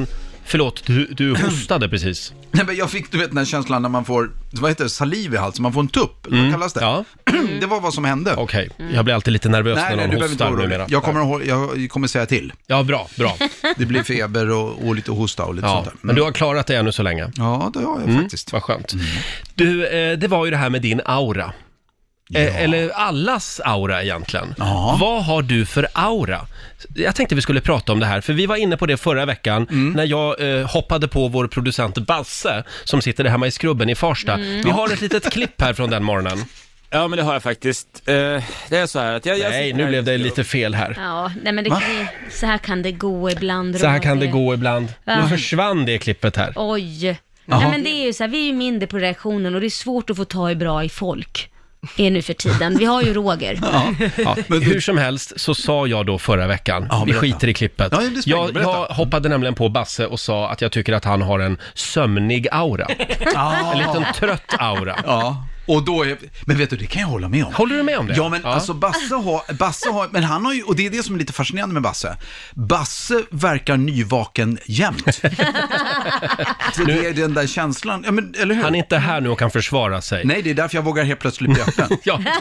Förlåt, du hostade precis.
Nej, men jag fick, du vet, den här känslan när man får, vad heter det, saliv i halsen, man får en tupp, eller vad kallas det?
Ja.
Det var vad som hände.
Okej, jag blir alltid lite nervös när någon hostar numera.
Jag kommer säga till.
Ja, bra.
Det blir feber och lite hosta och lite sånt där.
Men du har klarat det ännu så länge.
Ja, det har jag faktiskt.
Vad skönt. Du, det var ju det här med din aura. Eller allas aura egentligen. Vad har du för aura? Jag tänkte vi skulle prata om det här, för vi var inne på det förra veckan när jag hoppade på vår producent Basse som sitter där hemma i Skrubben i Farsta. Vi har ett litet klipp här från den morgonen.
Ja, men det har jag faktiskt. Det är så här att
Nej, nu blev det lite fel här.
Ja, nej, men så här kan det gå ibland.
Så här kan det gå ibland. Nu försvann det klippet här.
Oj. Nej, men det är ju så här, vi är ju mindre på reaktionen och det är svårt att få ta bra i folk. Är nu för tiden. Vi har ju Roger.
Men hur som helst så sa jag då förra veckan, vi skiter i klippet. Jag hoppade nämligen på Basse och sa att jag tycker att han har en sömnig aura. En liten trött aura.
Och då men vet du, det kan jag hålla med om.
Håller du med om det?
Ja, men alltså Basse har, men han har ju, och det är det som är lite fascinerande med Basse. Basse verkar nyvaken jämt. Det är den där känslan, ja, men, eller hur?
Han är inte här nu och kan försvara sig.
Nej, det är därför jag vågar helt plötsligt bli öppen.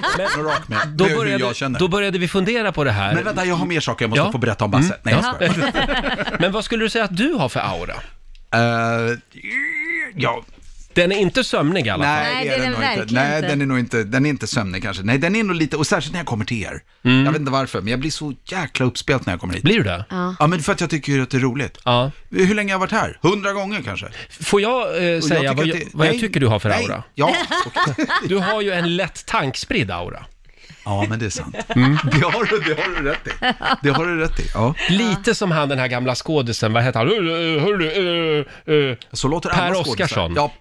Då började vi fundera på det här.
Men vänta, jag har mer saker jag måste få berätta om Basse. Nej, jag
skojar. Men vad skulle du säga att du har för aura?
Ja.
Den är inte sömnig i alla fall.
Nej, det är den nog inte. Nej, den är inte sömnig kanske. Nej, den är nog lite, och särskilt när jag kommer till er. Jag vet inte varför, men jag blir så jäkla uppspelt när jag kommer hit.
Blir du det?
Ja, men för att jag tycker att det är roligt.
Ja.
Hur länge har jag varit här? 100 gånger kanske.
Får jag säga vad jag tycker du har för aura?
Ja.
Du har ju en lätt tankspridd aura.
Ja, men det är sant. Det har du rätt i. Det har du rätt i, ja.
Lite som han, den här gamla skådisen, vad heter han?
Så låter
Per Oscarsson.
Ja.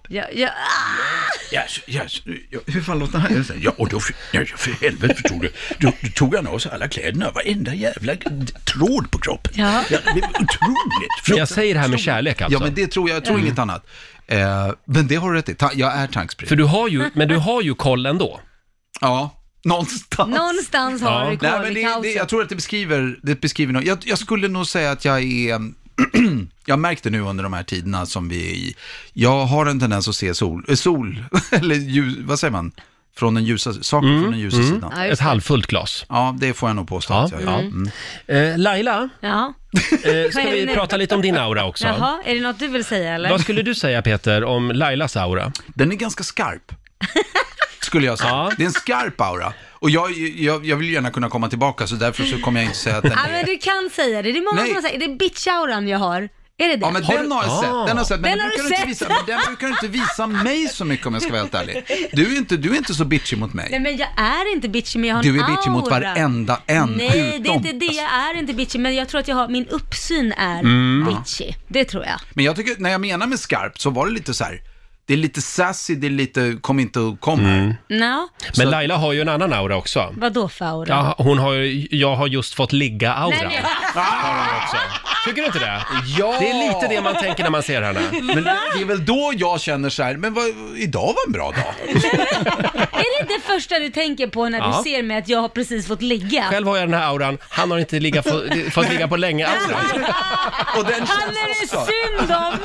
Hur fan låter han? Ja, och då, för helvete förstod du. Då tog han av sig alla kläderna, varenda jävla tråd på kroppen. Ja. Det blev otroligt.
Men jag säger det här med kärlek alltså.
Ja, men det tror jag tror inget annat. Men det har du rätt i. Jag är tankspridd.
För du har ju koll ändå.
Ja. Någonstans
har du koll.
Jag tror att det beskriver något. Jag skulle nog säga att jag är... jag märkte nu under de här tiderna som vi är i. Jag har en tendens att se sol eller ljus, vad säger man? Från den ljusa från den ljusa sidan.
Ja, ett halvfullt glas.
Ja, det får jag nog påstå.
Laila?
Ja.
Ska vi prata lite om din aura också?
Jaha, är det något du vill säga eller?
Vad skulle du säga, Peter, om Lailas aura?
Den är ganska skarp. Skulle jag säga. Ja. Det är en skarp aura. Och jag vill gärna kunna komma tillbaka, så därför så kommer jag inte säga att den är...
Ja, men du kan säga det. Det är många som säger, det är bitch-auran jag har. Är det det?
Ja, men den har jag sett. Men den brukar inte visa mig så mycket, om jag ska vara helt ärlig. Du är inte så bitchy mot mig.
Nej, men jag är inte bitchy, men jag har en aura.
Du är bitchy mot varenda en.
Nej, det är inte det. Jag är inte bitchy, men jag tror att min uppsyn är bitchy. Det tror jag.
Men jag tycker, när jag menar med skarpt, så var det lite så här... Det är lite sassy, det är lite kom inte och kom här.
No.
Men Laila har ju en annan aura också.
Vad då för aura?
Ja, jag har just fått ligga-aura.
Nej,
också. Tycker du inte det?
Ja.
Det är lite det man tänker när man ser henne.
Men det är väl då jag känner så här, men idag var en bra dag.
Är det det första du tänker på när du ser mig att jag har precis fått ligga?
Själv har jag den här auran, han har inte fått ligga på länge auran.
Och den han är det synd om!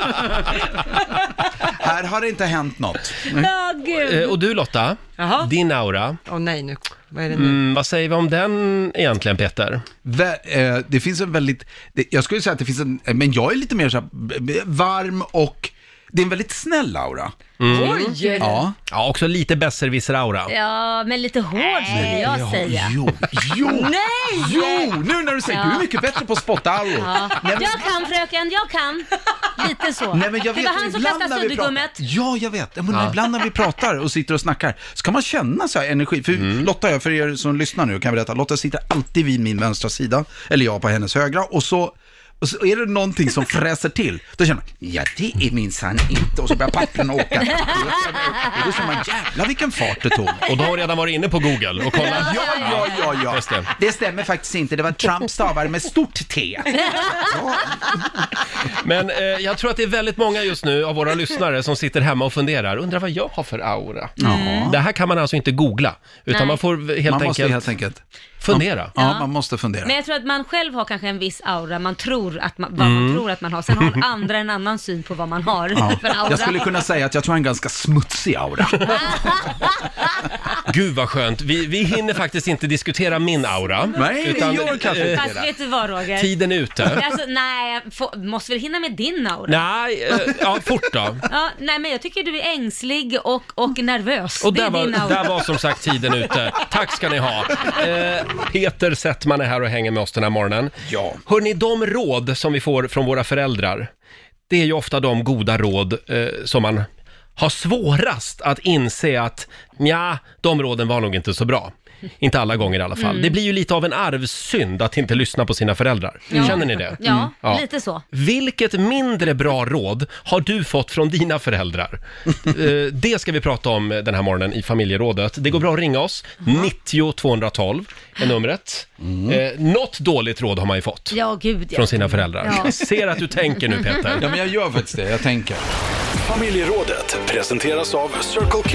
Här har det inte hänt något.
Ja, gud.
Och du Lotta, din aura.
Nej nu, vad är det nu?
Vad säger vi om den egentligen, Peter?
Det finns en väldigt, jag skulle säga att det finns men jag är lite mer så här, varm och det är en väldigt snäll aura.
Oj!
Ja,
också lite besserwisser-aura.
Ja, men lite hård skulle jag säga. Nej!
Jo, nu när du säger, du är mycket bättre på spot-auror.
Ja. Jag kan fröken, jag kan. Lite så.
Nej, men jag vet,
det var han som kastade suddgummet.
Ja, jag vet. Men ibland när vi pratar och sitter och snackar så kan man känna så här energi. För Lotta, för er som lyssnar nu kan jag berätta, Lotta sitter alltid vid min vänstra sida, eller jag på hennes högra, och så är det någonting som fräser till. Då känner man, ja det är minsann inte. Och så börjar pappren åka. Och då känner man, jävlar vilken fart det tog.
Och då har redan varit inne på Google och kollat.
Ja. Det stämmer faktiskt inte. Det var Trump stavare med stort T.
Men jag tror att det är väldigt många just nu av våra lyssnare som sitter hemma och funderar. Undrar vad jag har för aura. Det här kan man alltså inte googla. Utan man får helt enkelt fundera.
Ja, man måste fundera.
Men jag tror att man själv har kanske en viss aura, man tror att vad man tror att man har. Sen har andra en annan syn på vad man har för aura.
Jag skulle kunna säga att jag tror en ganska smutsig aura.
Gud vad skönt. Vi hinner faktiskt inte diskutera min aura.
Nej,
utan,
det gör kanske inte
Fast vet du vad, Roger?
Tiden är ute.
Alltså, nej, måste väl hinna med din aura?
Nej, fort då.
Ja, nej, men jag tycker du är ängslig och nervös.
Och
det
där var som sagt tiden ute. Tack ska ni ha. Peter Settman är här och hänger med oss den här morgonen.
Ja.
Hörrni, de råd som vi får från våra föräldrar, det är ju ofta de goda råd som man har svårast att inse att de råden var nog inte så bra. Inte alla gånger i alla fall. Det blir ju lite av en arvsynd att inte lyssna på sina föräldrar. Känner ni det?
Ja, lite så.
Vilket mindre bra råd har du fått från dina föräldrar? Det ska vi prata om den här morgonen i familjerådet. Det går bra att ringa oss. 90 212 är numret. Något dåligt råd har man ju fått från sina föräldrar.
Ja.
Jag ser att du tänker nu, Peter.
Ja, men jag gör faktiskt det. Jag tänker.
Familjerådet presenteras av Circle K.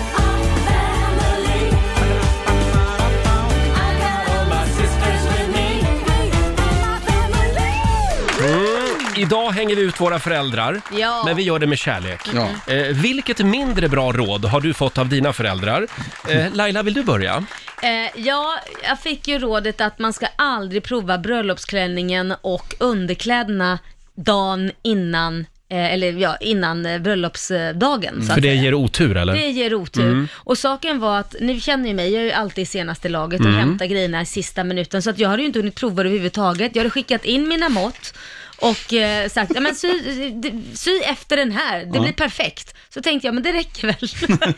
Idag hänger vi ut våra föräldrar, men vi gör det med kärlek.
Ja.
Vilket mindre bra råd har du fått av dina föräldrar? Laila, vill du börja?
Jag fick ju rådet att man ska aldrig prova bröllopsklänningen och underkläderna dagen innan innan bröllopsdagen. Så
för det ger otur, eller?
Det ger otur. Och saken var att, ni känner ju mig, jag är ju alltid i senaste laget och hämtar grejerna i sista minuten. Så att jag hade ju inte hunnit prova det överhuvudtaget. Jag hade skickat in mina mått och sagt, ja men sy efter den här, det blir perfekt. Så tänkte jag, men det räcker väl.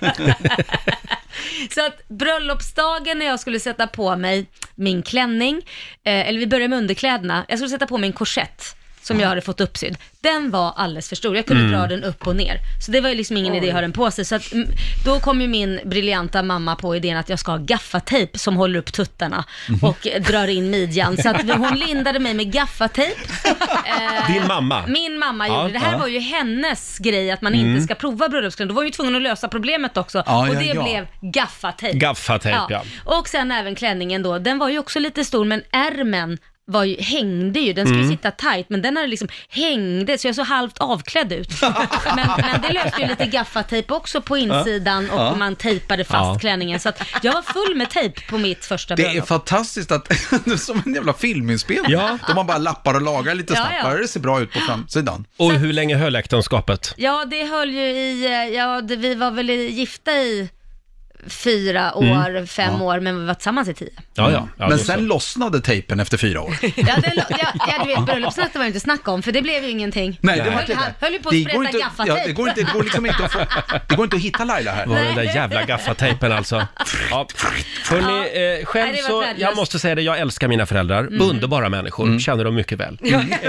Så att bröllopsdagen när jag skulle sätta på mig min klänning, eller vi började med underkläderna, jag skulle sätta på mig en korsett som jag hade fått uppsydd. Den var alldeles för stor. Jag kunde dra den upp och ner. Så det var ju liksom ingen idé att ha den på sig. Så att, då kom ju min briljanta mamma på idén att jag ska ha gaffatejp som håller upp tuttarna och drar in midjan. Så att hon lindade mig med gaffatejp.
Din mamma?
Min mamma gjorde det. här var ju hennes grej att man inte ska prova bröllopsklänning. Då var ju tvungen att lösa problemet också. Och det blev gaffatejp.
Gaffatejp, ja.
Och sen även klänningen då. Den var ju också lite stor, men ärmen hängde ju, den skulle sitta tight, men den hade liksom hängde, så jag så halvt avklädd ut. men det löste ju lite gaffatejp också på insidan och man tejpade fast klänningen, så att jag var full med tejp på mitt första bröllop.
Det är fantastiskt att det är som en jävla filminspelning. De har bara lappar och lagar lite snabbt. Det ser bra ut på framsidan.
Och hur länge höll äktenskapet?
Ja, det höll ju vi var väl gifta i 4 år, 5 år, men vi var tillsammans i 10.
Ja,
men sen lossnade tejpen efter 4 år.
Du vet, bröllopsnatten var ju inte snacka om, för det blev ju ingenting.
Nej, det var
höll ju på att sprätta gaffatejp.
Det går inte att hitta Laila här.
Var den där jävla gaffatejpen alltså. Ja. Hörrni, själv så, jag måste säga det, jag älskar mina föräldrar. Underbara människor, känner dem mycket väl.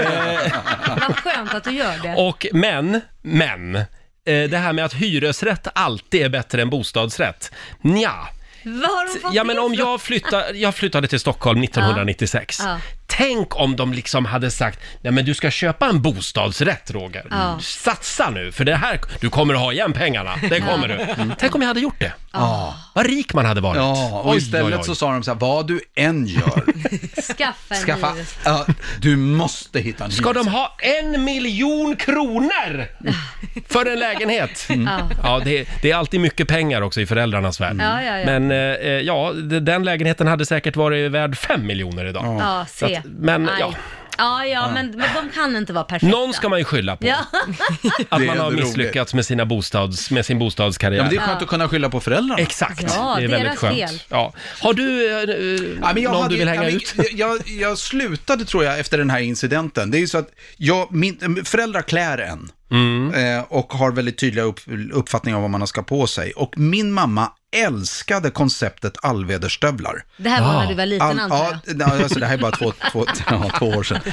Vad skönt att du gör det.
Och men det här med att hyresrätt alltid är bättre än bostadsrätt. Nja.
Vad har de fått
men om jag flyttade till Stockholm 1996. Tänk om de liksom hade sagt, nej men du ska köpa en bostadsrätt, Roger. Satsa nu, för det här, du kommer att ha igen pengarna. Det kommer du. Tänk om jag hade gjort det. Vad rik man hade varit.
Och istället så sa de så här, vad du än gör.
Skaffa.
Du måste hitta en
Ska de ha 1 miljon kronor för en lägenhet? Ja, det är alltid mycket pengar också i föräldrarnas värld. Men den lägenheten hade säkert varit värd 5 miljoner idag. Men men de kan inte vara perfekta. Någon ska man ju skylla på. Att man har misslyckats med sin bostadskarriär.
Ja, men det är skönt att kunna skylla på föräldrarna.
Exakt, det är väldigt skönt. Har du någon du vill hänga ut?
Jag slutade, tror jag, efter den här incidenten. Det är ju så att föräldrar klär en. Och har väldigt tydliga uppfattningar om vad man ska på sig. Och min mamma älskade konceptet allväderstövlar.
Det här var när du var liten, antar jag.
Alltså det här är bara 2 år sedan.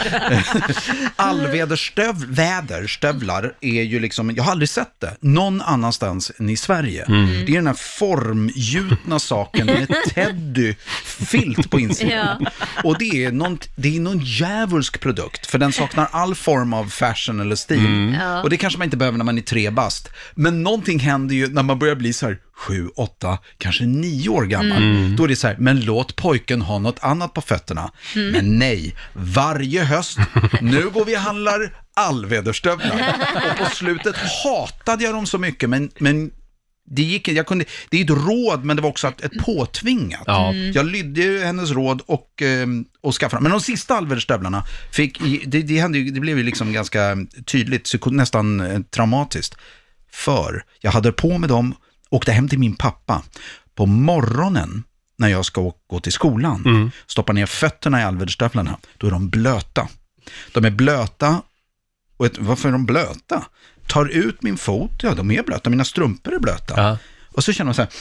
Allväderstövlar är ju liksom, jag har aldrig sett det någon annanstans än i Sverige. Det är den här formgjutna saken med teddyfilt på insidan. Och det är någon djävulsk produkt, för den saknar all form av fashion eller stil. Och det kanske man inte behöver när man är 3 bast. Men någonting händer ju när man börjar bli så här 7, 8, kanske 9 år gammal. Då är det så här, men låt pojken ha något annat på fötterna. Men nej, varje höst, nu går vi och handlar allväderstövlar. Och på slutet hatade jag dem så mycket, men det gick, det är ett råd, men det var också ett påtvingat. Jag lydde ju hennes råd och skaffade. Men de sista allväderstövlarna det blev ju liksom ganska tydligt, nästan traumatiskt. För jag hade på med dem, åkte hem till min pappa på morgonen när jag ska gå till skolan. Stoppar ner fötterna i allväderstövlarna, då är de blöta. De är blöta. Och varför är de blöta? Tar ut min fot, de är blöta, mina strumpor är blöta. Och så känner man så här,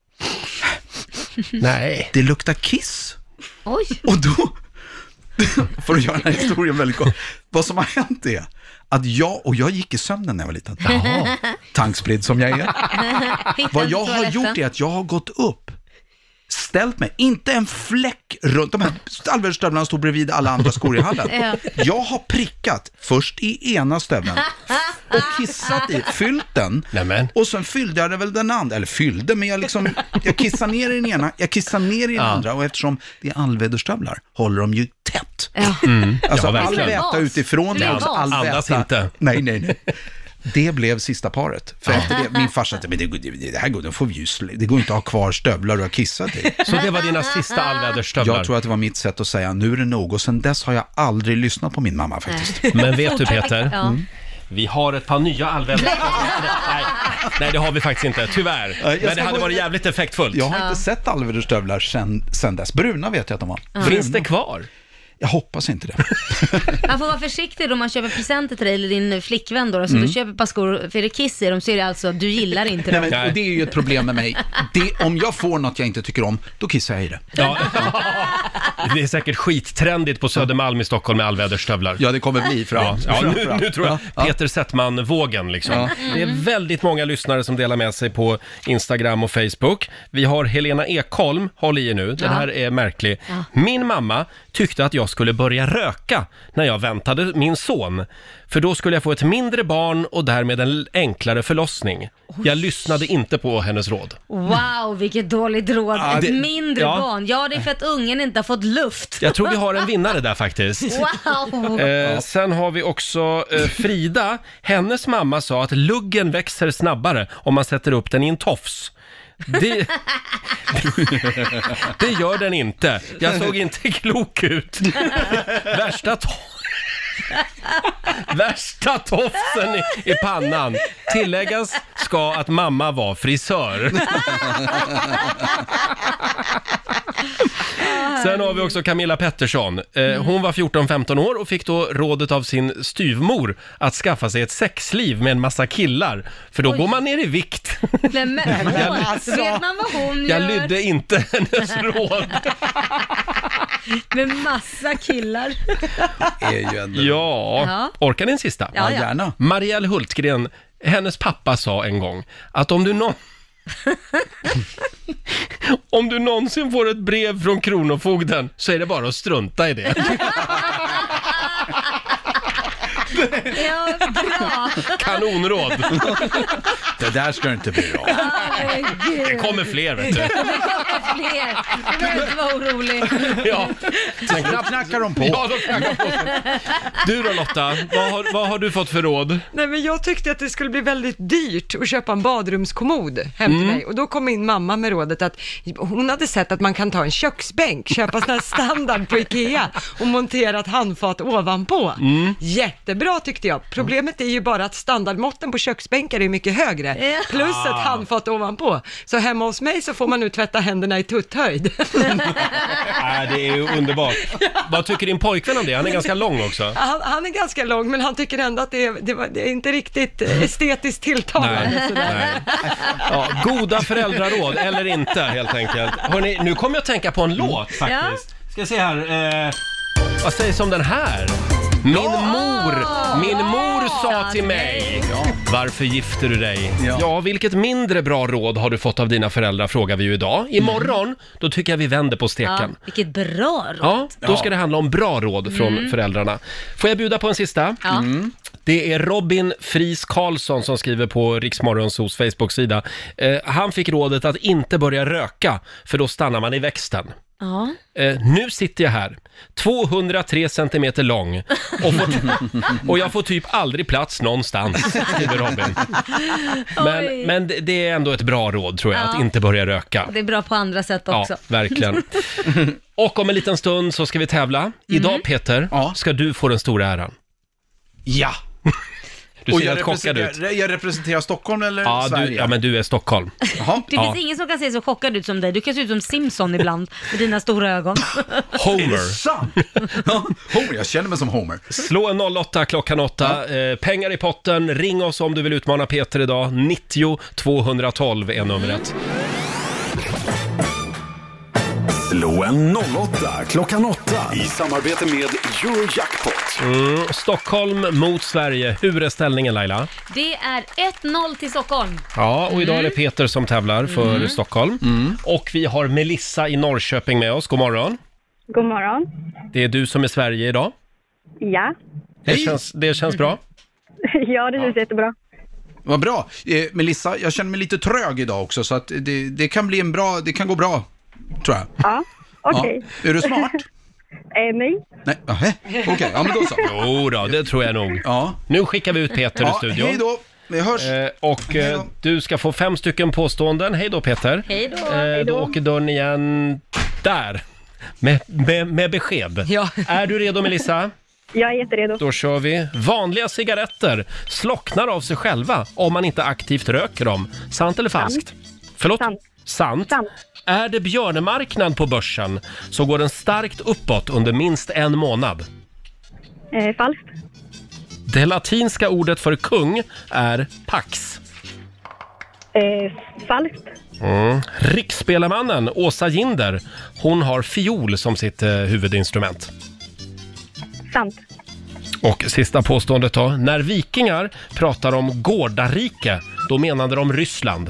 nej, det luktar kiss.
Oj.
Och då, för att göra den här historien väldigt kort, vad som har hänt är att jag gick i sömnen när jag var liten. Tankspridd som jag är. Vad jag har gjort är att jag har gått upp, ställt mig, inte en fläck runt, de här allväderstövlarna stod bredvid alla andra skor i hallen. Jag har prickat först i ena stövlen och kissat i, fyllt den. Och sen fyllde jag det väl den andra, eller fyllde, men jag kissar ner i den ena, jag kissar ner i den andra, och eftersom det är allväderstövlar håller de ju tätt. Alltså all väta utifrån,
andas inte.
Nej. Det blev sista paret. För efter det, min farsa sa, men det här går, då får vi ju det går inte att ha kvar stövlar och ha kissat i.
Så det var dina sista allväderstövlar?
Jag tror att det var mitt sätt att säga, nu är det nog. Och sen dess har jag aldrig lyssnat på min mamma faktiskt.
Men vet du, Peter? Vi har ett par nya allväderstövlar. Nej, det har vi faktiskt inte, tyvärr. Men det hade varit jävligt effektfullt.
Jag har inte sett allväderstövlar sen dess. Bruna vet jag att de var.
Finns det kvar?
Jag hoppas inte det.
Man får vara försiktig då man köper presenter till dig eller din flickvän då. Så du köper ett par skor för det kiss i dem, så är det alltså, du gillar inte dem.
Nej, och det är ju ett problem med mig. Om jag får något jag inte tycker om, då kissar jag i det.
Ja. Det är säkert skittrendigt på Södermalm i Stockholm med allväderstövlar.
Ja, det kommer bli fram.
Nu tror jag Peter Settman-vågen liksom. Det är väldigt många lyssnare som delar med sig på Instagram och Facebook. Vi har Helena Ekholm, håll i nu, den här är märklig. Min mamma tyckte att jag skulle börja röka när jag väntade min son. För då skulle jag få ett mindre barn och därmed en enklare förlossning. Jag lyssnade inte på hennes råd.
Wow, vilket dåligt råd. Ett mindre barn. Ja, det är för att ungen inte har fått luft.
Jag tror vi har en vinnare där faktiskt.
Wow.
Sen har vi också Frida. Hennes mamma sa att luggen växer snabbare om man sätter upp den i en tofs. Det gör den inte. Jag såg inte klok ut. Värsta tofsen i pannan. Tilläggas ska att mamma var frisör. Sen har vi också Camilla Pettersson. Hon var 14-15 år och fick då rådet av sin styvmor att skaffa sig ett sexliv med en massa killar. För då går man ner i vikt.
Vet man vad hon gör?
Jag lydde inte hennes råd.
Med massa killar.
Ja, orkar ni en sista?
Ja, gärna.
Marielle Hultgren, hennes pappa sa en gång att om du någonsin får ett brev från Kronofogden så är det bara att strunta i det.
Ja, bra.
Kanonråd.
Det där ska inte bli bra.
Det kommer fler, vet du.
Det kommer fler. Du behöver inte vara orolig.
Ja.
Sen knackar de på.
Ja, de knackar på. Du då, Lotta, vad har du fått för råd?
Nej, men jag tyckte att det skulle bli väldigt dyrt att köpa en badrumskommod hem till mig. Och då kom min mamma med rådet att hon hade sett att man kan ta en köksbänk, köpa sån här standard på Ikea och montera ett handfat ovanpå. Jättebra tyckte jag. Problemet är ju bara att standardmåtten på köksbänkar är mycket högre. Plus ett handfat ovanpå. Så hemma hos mig så får man nu tvätta händerna i tutthöjd.
Det är ju underbart. Vad tycker din pojkvän om det? Han är ganska lång också.
Han är ganska lång, men han tycker ändå att det är inte riktigt estetiskt tilltalande.
Nej. Ja, goda föräldraråd, eller inte helt enkelt. Hörrni, nu kommer jag att tänka på en låt faktiskt. Ska jag se här. Vad sägs om den här? Min mor sa till mig, varför gifter du dig? Ja, vilket mindre bra råd har du fått av dina föräldrar, frågar vi ju idag. Imorgon, då tycker jag vi vänder på steken.
Vilket bra råd.
Ja, då ska det handla om bra råd från föräldrarna. Får jag bjuda på en sista? Det är Robin Fries Karlsson som skriver på Riksmorgonsos Facebook-sida. Han fick rådet att inte börja röka, för då stannar man i växten.
Ja.
Nu sitter jag här, 203 centimeter lång och jag får typ aldrig plats någonstans, skriver Robin. Men det är ändå ett bra råd, tror jag, att inte börja röka.
Det är bra på andra sätt också.
Ja, verkligen. Och om en liten stund så ska vi tävla. Idag, Peter, ska du få den stora äran.
Ja!
Du ser helt chockad ut.
Jag representerar Stockholm eller Sverige?
Men du är Stockholm.
Det finns ingen som kan se så chockad ut som dig. Du kan se ut som Simpson ibland med dina stora ögon.
Homer.
Är det sant? Homer, jag känner mig som Homer.
Slå en 08 klockan 8. Pengar i potten. Ring oss om du vill utmana Peter idag. 90 212 är numret.
Slå en 08 klockan 8 i samarbete med Eurojackpot.
Stockholm mot Sverige. Hur är ställningen, Laila?
Det är 1-0 till Stockholm.
Ja, och idag är det Peter som tävlar för Stockholm. Och vi har Melissa i Norrköping med oss. God morgon.
God morgon.
Det är du som är Sverige idag.
Ja.
Det känns bra?
Ja, det känns jättebra.
Vad bra. Melissa, jag känner mig lite trög idag också, så att det kan bli det kan gå bra, tror jag.
Ja, okej.
Ja. Är du smart?
Nej.
Nej, okej, ja men då så.
Jo då, det tror jag nog. Ja. Nu skickar vi ut Peter ur studion.
Hej då, vi hörs.
Du ska få 5 stycken påståenden. Hej då, Peter.
Hej då.
Då åker dörren igen där. Med besked.
Ja.
Är du redo, Melissa?
Jag är jätteredo.
Då kör vi. Vanliga cigaretter slocknar av sig själva om man inte aktivt röker dem. Sant eller falskt? Förlåt? Sant. Är det björnemarknad på börsen så går den starkt uppåt under minst en månad.
Falskt.
Det latinska ordet för kung är pax.
Falskt.
Riksspelamannen Åsa Ginder, hon har fiol som sitt huvudinstrument.
Sant.
Och sista påståendet då. När vikingar pratar om Gårdarike, då menade de Ryssland.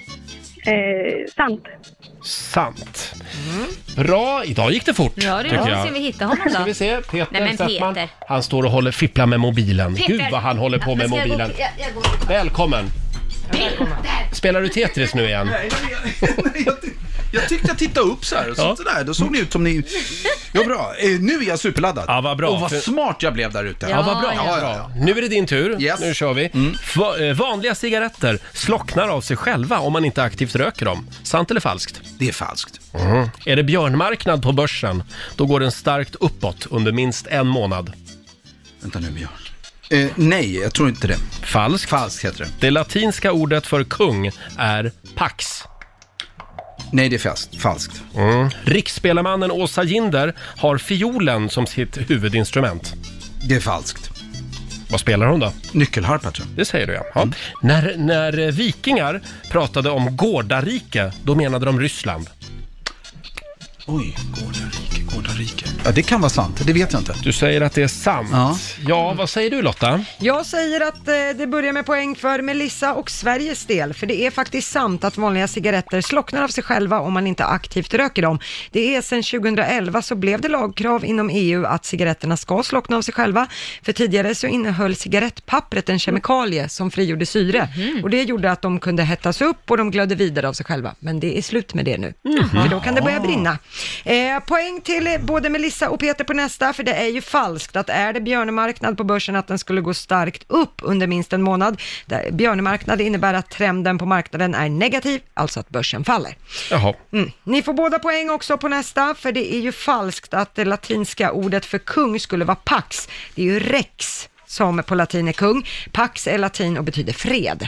Sant. Bra, idag gick det fort.
Ja, det
tycker jag.
Ska vi hitta honom då?
Ska vi se, Peter Settman.
Peter.
Han står och fipplar med mobilen.
Peter.
Gud vad han håller på med mobilen.
Jag går.
Välkommen. Spelar du Tetris nu igen?
Nej, jag tyckte jag tittade upp så här och så där. Då såg ni ut som ni... Ja, bra. Nu är jag superladdad.
Ja, vad bra.
Och vad smart jag blev där ute.
Ja, vad bra.
Ja.
Nu är det din tur.
Yes.
Nu kör vi. Vanliga cigaretter slocknar av sig själva om man inte aktivt röker dem. Sant eller falskt?
Det är falskt.
Är det björnmarknad på börsen, då går den starkt uppåt under minst en månad.
Vänta nu, björn. Nej, jag tror inte det.
Falskt.
Falskt heter det.
Det latinska ordet för kung är pax.
Nej, det är falskt.
Riksspelamannen Åsa Ginder har fiolen som sitt huvudinstrument.
Det är falskt.
Vad spelar hon då?
Nyckelharpa, tror jag.
Det säger du, ja. När vikingar pratade om Gårdarike, då menade de Ryssland.
Oj, Gårdarike. Ja, det kan vara sant. Det vet jag inte.
Du säger att det är sant. Ja, vad säger du, Lotta?
Jag säger att det börjar med poäng för Melissa och Sveriges del. För det är faktiskt sant att vanliga cigaretter slocknar av sig själva om man inte aktivt röker dem. Det är sedan 2011 så blev det lagkrav inom EU att cigaretterna ska slockna av sig själva. För tidigare så innehöll cigarettpappret en kemikalie som frigjorde syre. Och det gjorde att de kunde hettas upp och de glödde vidare av sig själva. Men det är slut med det nu. För då kan det börja brinna. Poäng till både Melissa och Peter på nästa, för det är ju falskt att är det björnemarknad på börsen att den skulle gå starkt upp under minst en månad. Björnemarknad innebär att trenden på marknaden är negativ, alltså att börsen faller.
Jaha.
Ni får båda poäng också på nästa, för det är ju falskt att det latinska ordet för kung skulle vara pax. Det är ju rex som på latin är kung. Pax är latin och betyder fred.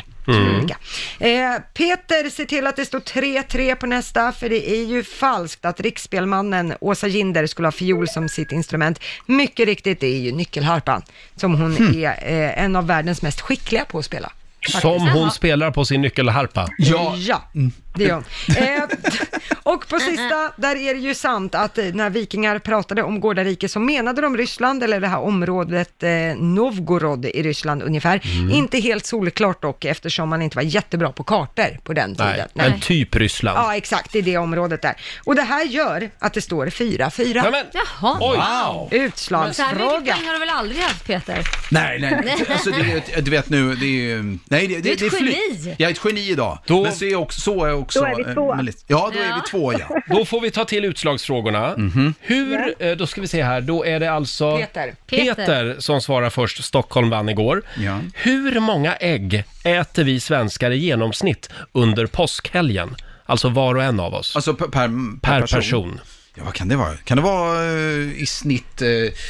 Peter ser till att det står 3-3 på nästa, för det är ju falskt att riksspelmannen Åsa Ginder skulle ha fiol som sitt instrument. Mycket riktigt, det är ju nyckelharpan som hon är en av världens mest skickliga på att spela.
Som hon spelar på sin nyckelharpa.
Ja. Det gör hon. Och på sista, där är det ju sant att när vikingar pratade om Gårdarike så menade de Ryssland, eller det här området Novgorod i Ryssland ungefär. Inte helt solklart dock, eftersom man inte var jättebra på kartor på den tiden.
Nej. Men typ Ryssland.
Ja, exakt, i det området där. Och det här gör att det står 4-4.
Jaha.
Oj. Wow.
Utslagsfråga.
Så här mycket poäng har du väl aldrig haft, Peter?
Nej. Alltså, du vet nu, det är ju... Nej, det är ett geni. Jag är ett geni idag. Men så är jag också...
Då är vi två.
Ja, då är vi två, ja.
Då får vi ta till utslagsfrågorna. Då ska vi se här, då är det alltså Peter som svarar först. Stockholm vann igår. Ja. Hur många ägg äter vi svenskar i genomsnitt under påskhelgen? Alltså var och en av oss.
Alltså per person. Ja, vad kan det vara? Kan det vara i snitt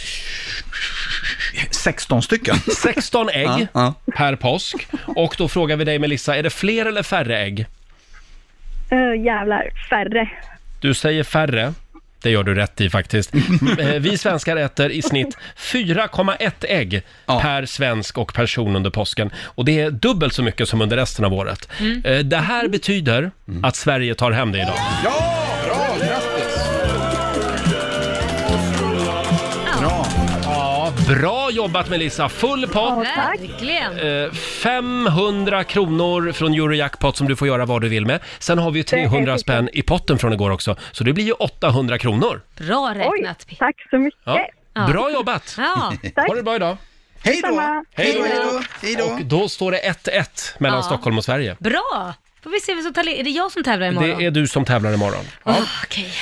16 stycken?
16 ägg per påsk. Och då frågar vi dig, Melissa, är det fler eller färre ägg?
Jävlar, färre.
Du säger färre. Det gör du rätt i faktiskt. Vi svenskar äter i snitt 4,1 ägg per svensk och person under påsken. Och det är dubbelt så mycket som under resten av året. Det här betyder att Sverige tar hem det idag.
Ja, bra, grattis!
Bra jobbat, Melissa. Full pott.
Verkligen.
500 kronor från Eurojackpot som du får göra vad du vill med. Sen har vi ju 300 spänn i potten från igår också. Så det blir ju 800 kronor.
Bra räknat.
Oj, tack så mycket.
Ja. Bra jobbat.
Ja.
Ha det bra idag.
Hej då.
Och då står det 1-1 mellan Stockholm och Sverige.
Bra. Får vi se vem som är det jag som tävlar imorgon?
Det är du som tävlar imorgon.
Okej.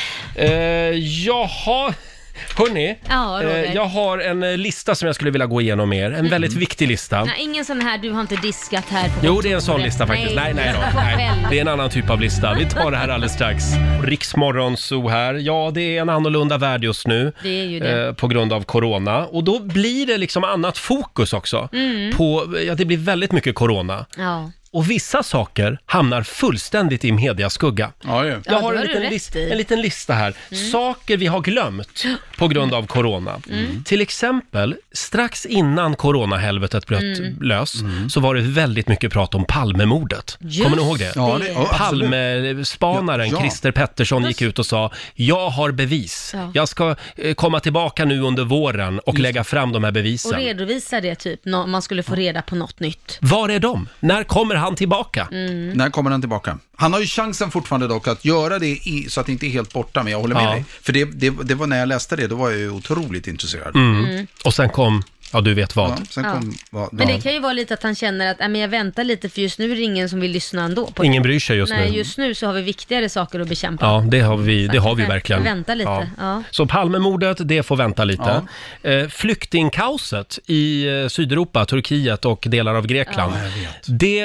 Jaha. Hörrni, jag har en lista som jag skulle vilja gå igenom med er. En väldigt viktig lista.
Nej, ingen sån här, du har inte diskat här på
Jo, det är en sån lista faktiskt. Nej. Det är en annan typ av lista. Vi tar det här alldeles strax. Riksmorgonzoo här. Ja, det är en annorlunda värld just nu.
Det är ju det.
På grund av corona. Och då blir det liksom annat fokus också. Det blir väldigt mycket corona.
Ja.
Och vissa saker hamnar fullständigt i mediaskugga. Jag har en liten lista här. Saker vi har glömt på grund av corona. Till exempel, strax innan coronahelvetet bröt lös så var det väldigt mycket prat om Palmemordet. Kommer ni ihåg det? Palmespanaren Christer Pettersson gick ut och sa: jag har bevis. Jag ska komma tillbaka nu under våren och lägga fram de här bevisen.
Och redovisa det typ, om man skulle få reda på något nytt.
Var är de? När kommer han tillbaka?
När kommer han tillbaka? Han har ju chansen fortfarande dock att göra det så att det inte är helt borta, men jag håller med dig. För det var när jag läste det, då var jag ju otroligt intresserad.
Och sen kom, du vet vad.
Men det kan ju vara lite att han känner att jag väntar lite, för just nu är det ingen som vill lyssna ändå.
Ingen bryr sig just nu.
Nej, just nu så har vi viktigare saker att bekämpa.
Ja, det har vi verkligen.
Vänta lite. Ja.
Så Palmemordet, det får vänta lite. Flyktingkaoset i Sydeuropa, Turkiet och delar av Grekland. Det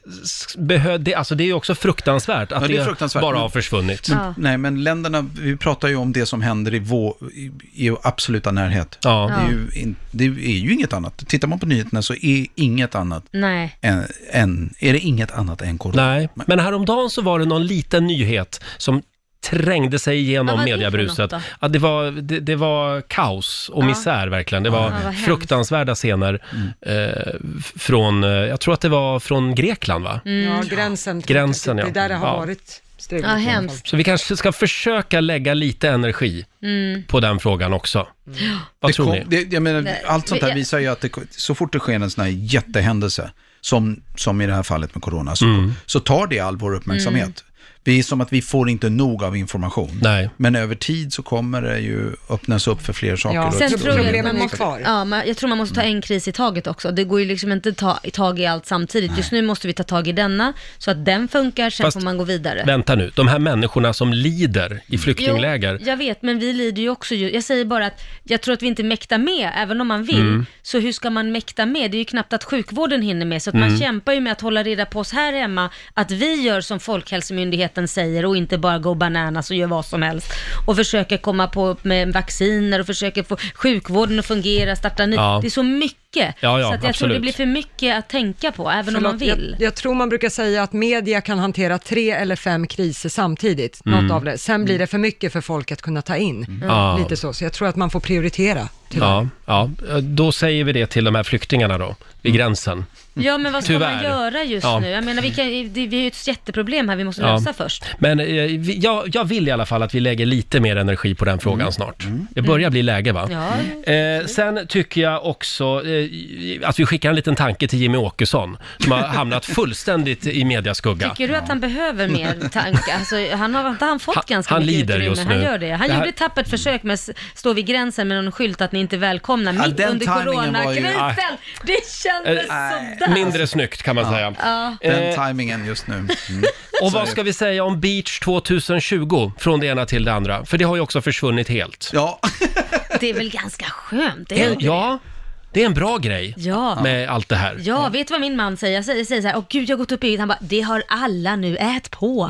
är ju också fruktansvärt att det bara har försvunnit.
Nej, men länderna, vi pratar ju om det som händer i absoluta närhet. Det är ju inget annat. Tittar man på nyheterna så är inget annat är det inget annat än corona.
Nej, men häromdagen så var det någon liten nyhet som trängde sig igenom mediebruset. Att det var kaos och misär verkligen. Det var fruktansvärda scener från, jag tror att det var från Grekland, va?
Ja, gränsen.
Det är
där det har varit.
Hemskt.
Så vi kanske ska försöka lägga lite energi på den frågan också. Vad tror ni?
Allt sånt här visar ju att så fort det sker en sån här jättehändelse som i det här fallet med corona så tar det all vår uppmärksamhet. Det är som att vi får inte nog av information.
Nej.
Men över tid så kommer det ju öppnas upp för fler saker.
Sen tror jag tror man måste ta en kris i taget också. Det går ju liksom inte ta tag i allt samtidigt. Just nu måste vi ta tag i denna så att den funkar, sen får man gå vidare.
Vänta nu, de här människorna som lider i flyktingläger.
Jo, jag vet, men vi lider ju också. Jag säger bara att jag tror att vi inte mäktar med, även om man vill. Så hur ska man mäkta med? Det är ju knappt att sjukvården hinner med. Så att man kämpar ju med att hålla reda på oss här hemma, att vi gör som Folkhälsomyndigheten säger och inte bara gå bananas och gör vad som helst och försöker komma på med vacciner och försöker få sjukvården att fungera, starta ny. Det är så mycket. Så att jag tror det blir för mycket att tänka på, även om man vill.
Jag tror man brukar säga att media kan hantera 3 eller 5 kriser samtidigt, något av det. Sen blir det för mycket för folk att kunna ta in. Lite så jag tror att man får prioritera.
Då säger vi det till de här flyktingarna då, vid gränsen.
Ja, men vad ska man göra just nu? Jag menar, vi har ju ett jätteproblem här vi måste lösa först.
Men jag vill i alla fall att vi lägger lite mer energi på den frågan snart. Det börjar bli läge, va? Sen tycker jag också, att vi skickar en liten tanke till Jimmy Åkesson som har hamnat fullständigt i mediaskugga.
Tycker du att han behöver mer tanke? Alltså, han fått ganska
mycket
lider
utrymme.
Just nu. Han gör det. Han gjorde ett tappert försök med att stå vid gränsen med någon skylt att ni inte är välkomna mitt under coronakrisen. Det kändes sådär.
Mindre snyggt kan man säga.
Den tajmingen just nu.
Och vad ska vi säga om Beach 2020 från det ena till det andra? För det har ju också försvunnit helt.
Ja.
Det är väl ganska skönt?
Ja, det är en bra grej med allt det här.
Ja, vet du vad min man säger? Jag säger så här, gud jag har gått upp i, han bara, det har alla nu, ät på.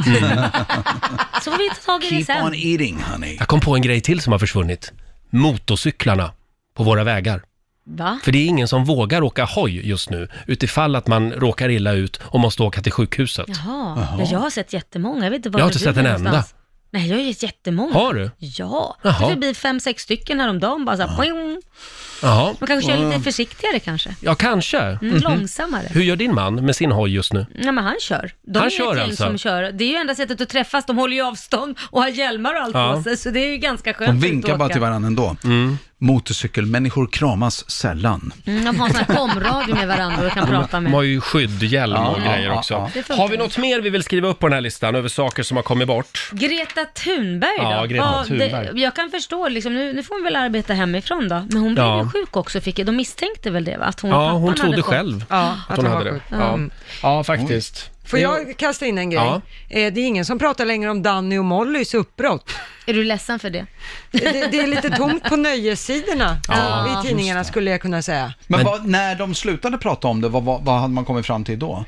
Så får vi ta tag i det sen.
Keep on eating, honey.
Jag kom på en grej till som har försvunnit. Motorcyklarna på våra vägar.
Va?
För det är ingen som vågar åka hoj just nu utifall att man råkar illa ut och måste åka till sjukhuset.
Jaha. Ja, jag har sett jättemånga. Jag vet inte var
jag har inte sett en enda.
Nej, jag har ju jättemånga.
Har du?
Ja. Det blir 5-6 stycken häromdagen bara så här.
Jaha.
Man kanske kör lite försiktigare kanske.
Ja, kanske.
Långsammare.
Hur gör din man med sin hoj just nu?
Ja, men han kör.
Han kör alltså?
Som kör. Det är ju enda sättet att träffas. De håller ju avstånd och har hjälmar och allt på sig. Så det är ju ganska skönt.
De vinkar bara till varandra ändå. Motorcykelmänniskor kramas sällan.
De har sån här komradio med varandra och kan prata med.
De har ju skydd, hjälm och grejer också. Har vi något mer vi vill skriva upp på den här listan över saker som har kommit bort?
Greta Thunberg då?
Ja, Greta Thunberg.
Jag kan förstå, liksom, nu får hon väl arbeta hemifrån då. Men hon blev ju sjuk också, de misstänkte väl det va? Att
hon trodde själv att hon hade det. Ja, faktiskt.
Får jag kasta in en grej?
Ja.
Det är ingen som pratar längre om Danny och Mollys uppbrott.
Är du ledsen för det?
Det är lite tomt på nöjessidorna i tidningarna skulle jag kunna säga.
Men när de slutade prata om det, vad hade man kommit fram till då?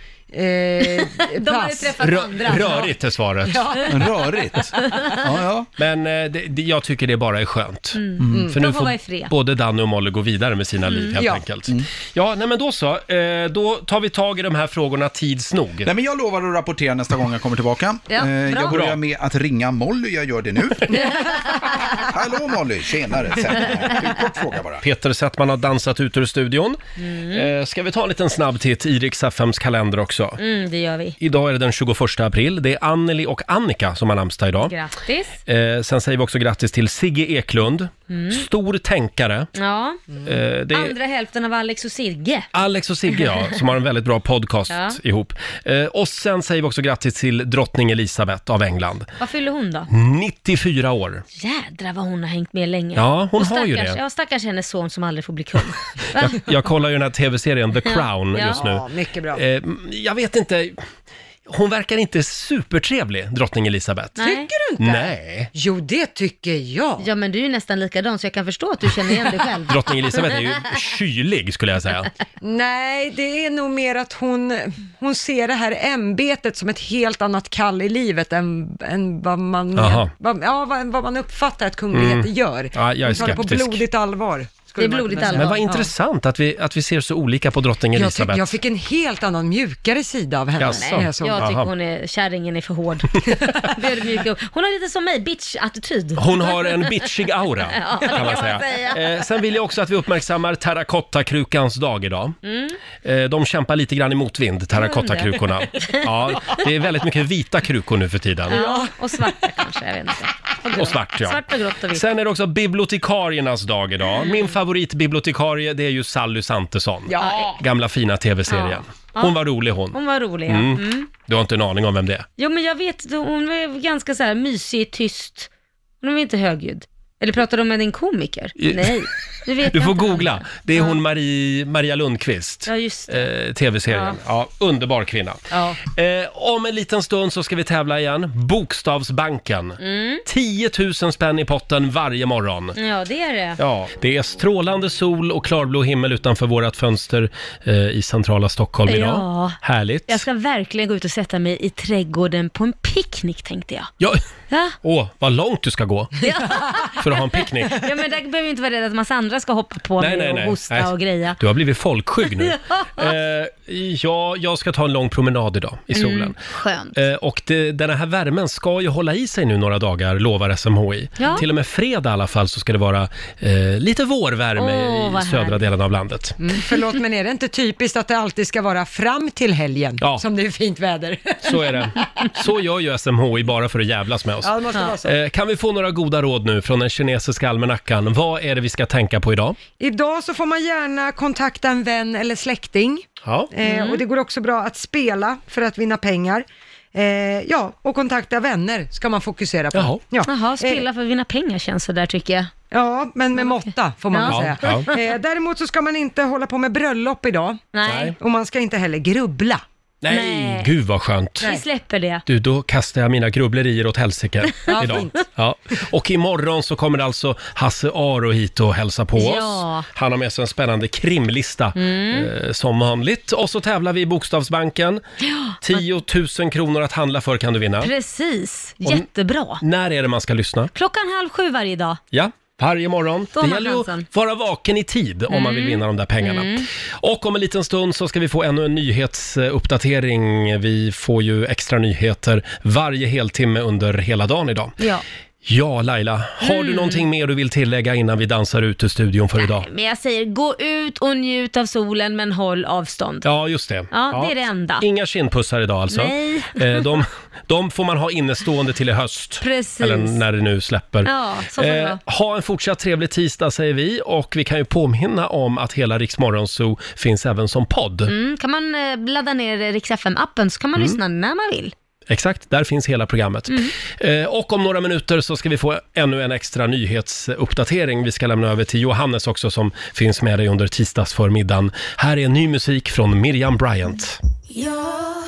De hade träffat andra.
Rörigt är svaret.
Ja. Rörigt. Ja.
Men jag tycker det bara är skönt. För nu får både Danny och Molly gå vidare med sina liv helt enkelt. Ja, nej men då så. Då tar vi tag i de här frågorna tids nog.
Nej, men jag lovar att rapportera nästa gång jag kommer tillbaka. Jag börjar med att ringa Molly, jag gör det nu. Hallå Molly, tjenare. Kort fråga bara.
Peter Settman har dansat ut ur studion. Ska vi ta en liten snabb titt i Rix FMs kalender också?
Det gör vi.
Idag är det den 21 april. Det är Anneli och Annika som har namnsdag idag.
Grattis.
Sen säger vi också grattis till Sigge Eklund. Stor tänkare.
Ja. Andra hälften av Alex och Sigge.
Alex och Sigge, som har en väldigt bra podcast ihop. Och sen säger vi också grattis till drottning Elisabeth av England.
Vad fyller hon då?
94 år.
Jädrar vad hon har hängt med länge.
Ja, hon har ju det.
Ja, stackars hennes son som aldrig får bli kung.
Jag kollar ju den här tv-serien The Crown just nu.
Ja, mycket bra.
Jag vet inte... Hon verkar inte supertrevlig, drottning Elisabeth.
Nej.
Tycker du inte?
Nej.
Jo, det tycker jag.
Ja, men du är ju nästan likadan så jag kan förstå att du känner igen dig själv.
Drottning Elisabeth är ju kylig skulle jag säga.
Nej, det är nog mer att hon ser det här ämbetet som ett helt annat kall i livet än vad man uppfattar att kungligheter gör.
Ja, jag är skeptisk.
Hon tar det på blodigt allvar.
Det är blodigt allvar.
Men vad intressant att vi ser så olika på drottning Elisabeth.
Jag fick en helt annan mjukare sida av henne.
Nej, jag tycker kärringen är för hård. Hon har lite som mig, bitch-attityd.
Hon har en bitchig aura, kan man säga. Sen vill jag också att vi uppmärksammar terrakottakrukans dag idag. De kämpar lite grann i motvind, terrakottakrukorna. Ja, det är väldigt mycket vita krukor nu för tiden.
Ja, och svarta kanske, jag vet inte.
Och svart, ja.
Svart och grått och vitt.
Sen är det också bibliotekariernas dag idag. Min favoritbibliotekarie, det är ju Sally Santesson.
Ja.
Gamla fina tv-serien. Hon var rolig hon.
Hon var rolig,
Du har inte en aning om vem det är?
Jo, men jag vet, hon var ganska så här mysig, tyst. Hon var inte högljudd. Eller pratar du med din komiker? Nej,
du får googla. Det är hon Maria Lundqvist.
Ja, just det.
TV-serien. Ja, underbar kvinna.
Ja.
Om en liten stund så ska vi tävla igen. Bokstavsbanken. 10 000 spänn i potten varje morgon.
Ja, det är det.
Ja, det är strålande sol och klarblå himmel utanför vårat fönster i centrala Stockholm idag.
Ja.
Härligt.
Jag ska verkligen gå ut och sätta mig i trädgården på en picknick, tänkte jag.
Ja. Åh, vad långt du ska gå för att ha en picknick.
Ja, men där behöver vi inte vara rädda att massa andra ska hoppa på mig och hosta och greja.
Du har blivit folkskygg nu. Jag ska ta en lång promenad idag i solen.
Skönt.
Och den här värmen ska ju hålla i sig nu några dagar, lovar SMHI.
Ja.
Till och med fredag i alla fall så ska det vara lite vårvärme i södra delen av landet.
Förlåt, men är det inte typiskt att det alltid ska vara fram till helgen som det är fint väder?
Så är det. Så gör ju SMHI bara för att jävlas med med oss.
Ja, det måste vara så.
Kan vi få några goda råd nu från den kinesiska almanackan? Vad är det vi ska tänka på idag?
Idag så får man gärna kontakta en vän eller släkting.
Ja.
Och det går också bra att spela för att vinna pengar. Och kontakta vänner ska man fokusera på.
Jaha, spela för att vinna pengar känns så där tycker jag.
Ja, men med måtta får man säga.
Ja.
Däremot så ska man inte hålla på med bröllop idag.
Nej.
Och man ska inte heller grubbla.
Nej, gud vad skönt.
Vi släpper det.
Du, då kastar jag mina grubblerier åt helsike idag.
Fint.
Ja. Och imorgon så kommer alltså Hasse Aro hit och hälsa på oss. Han har med sig en spännande krimlista som vanligt. Och så tävlar vi i Bokstavsbanken. 10 000 kronor att handla för kan du vinna.
Precis, jättebra.
När är det man ska lyssna?
6:30 varje dag.
Ja. Varje morgon. Det gäller att vara vaken i tid om man vill vinna de där pengarna. Och om en liten stund så ska vi få ännu en nyhetsuppdatering. Vi får ju extra nyheter varje heltimme under hela dagen idag. Ja, Laila, har du någonting mer du vill tillägga innan vi dansar ut ur studion för idag?
Men jag säger, gå ut och njut av solen men håll avstånd.
Ja, just det.
Ja, det är det enda.
Inga kindpussar idag alltså.
Nej.
De får man ha innestående till i höst.
Precis.
Eller när det nu släpper.
Ja, så får det vara.
Ha en fortsatt trevlig tisdag säger vi. Och vi kan ju påminna om att hela Rix Morgon Zoo finns även som podd.
Kan man ladda ner Rix FM-appen så kan man lyssna när man vill.
Exakt, där finns hela programmet. Och om några minuter så ska vi få ännu en extra nyhetsuppdatering. Vi ska lämna över till Johannes också som finns med dig under tisdagsförmiddagen. Här är ny musik från Miriam Bryant.
Ja.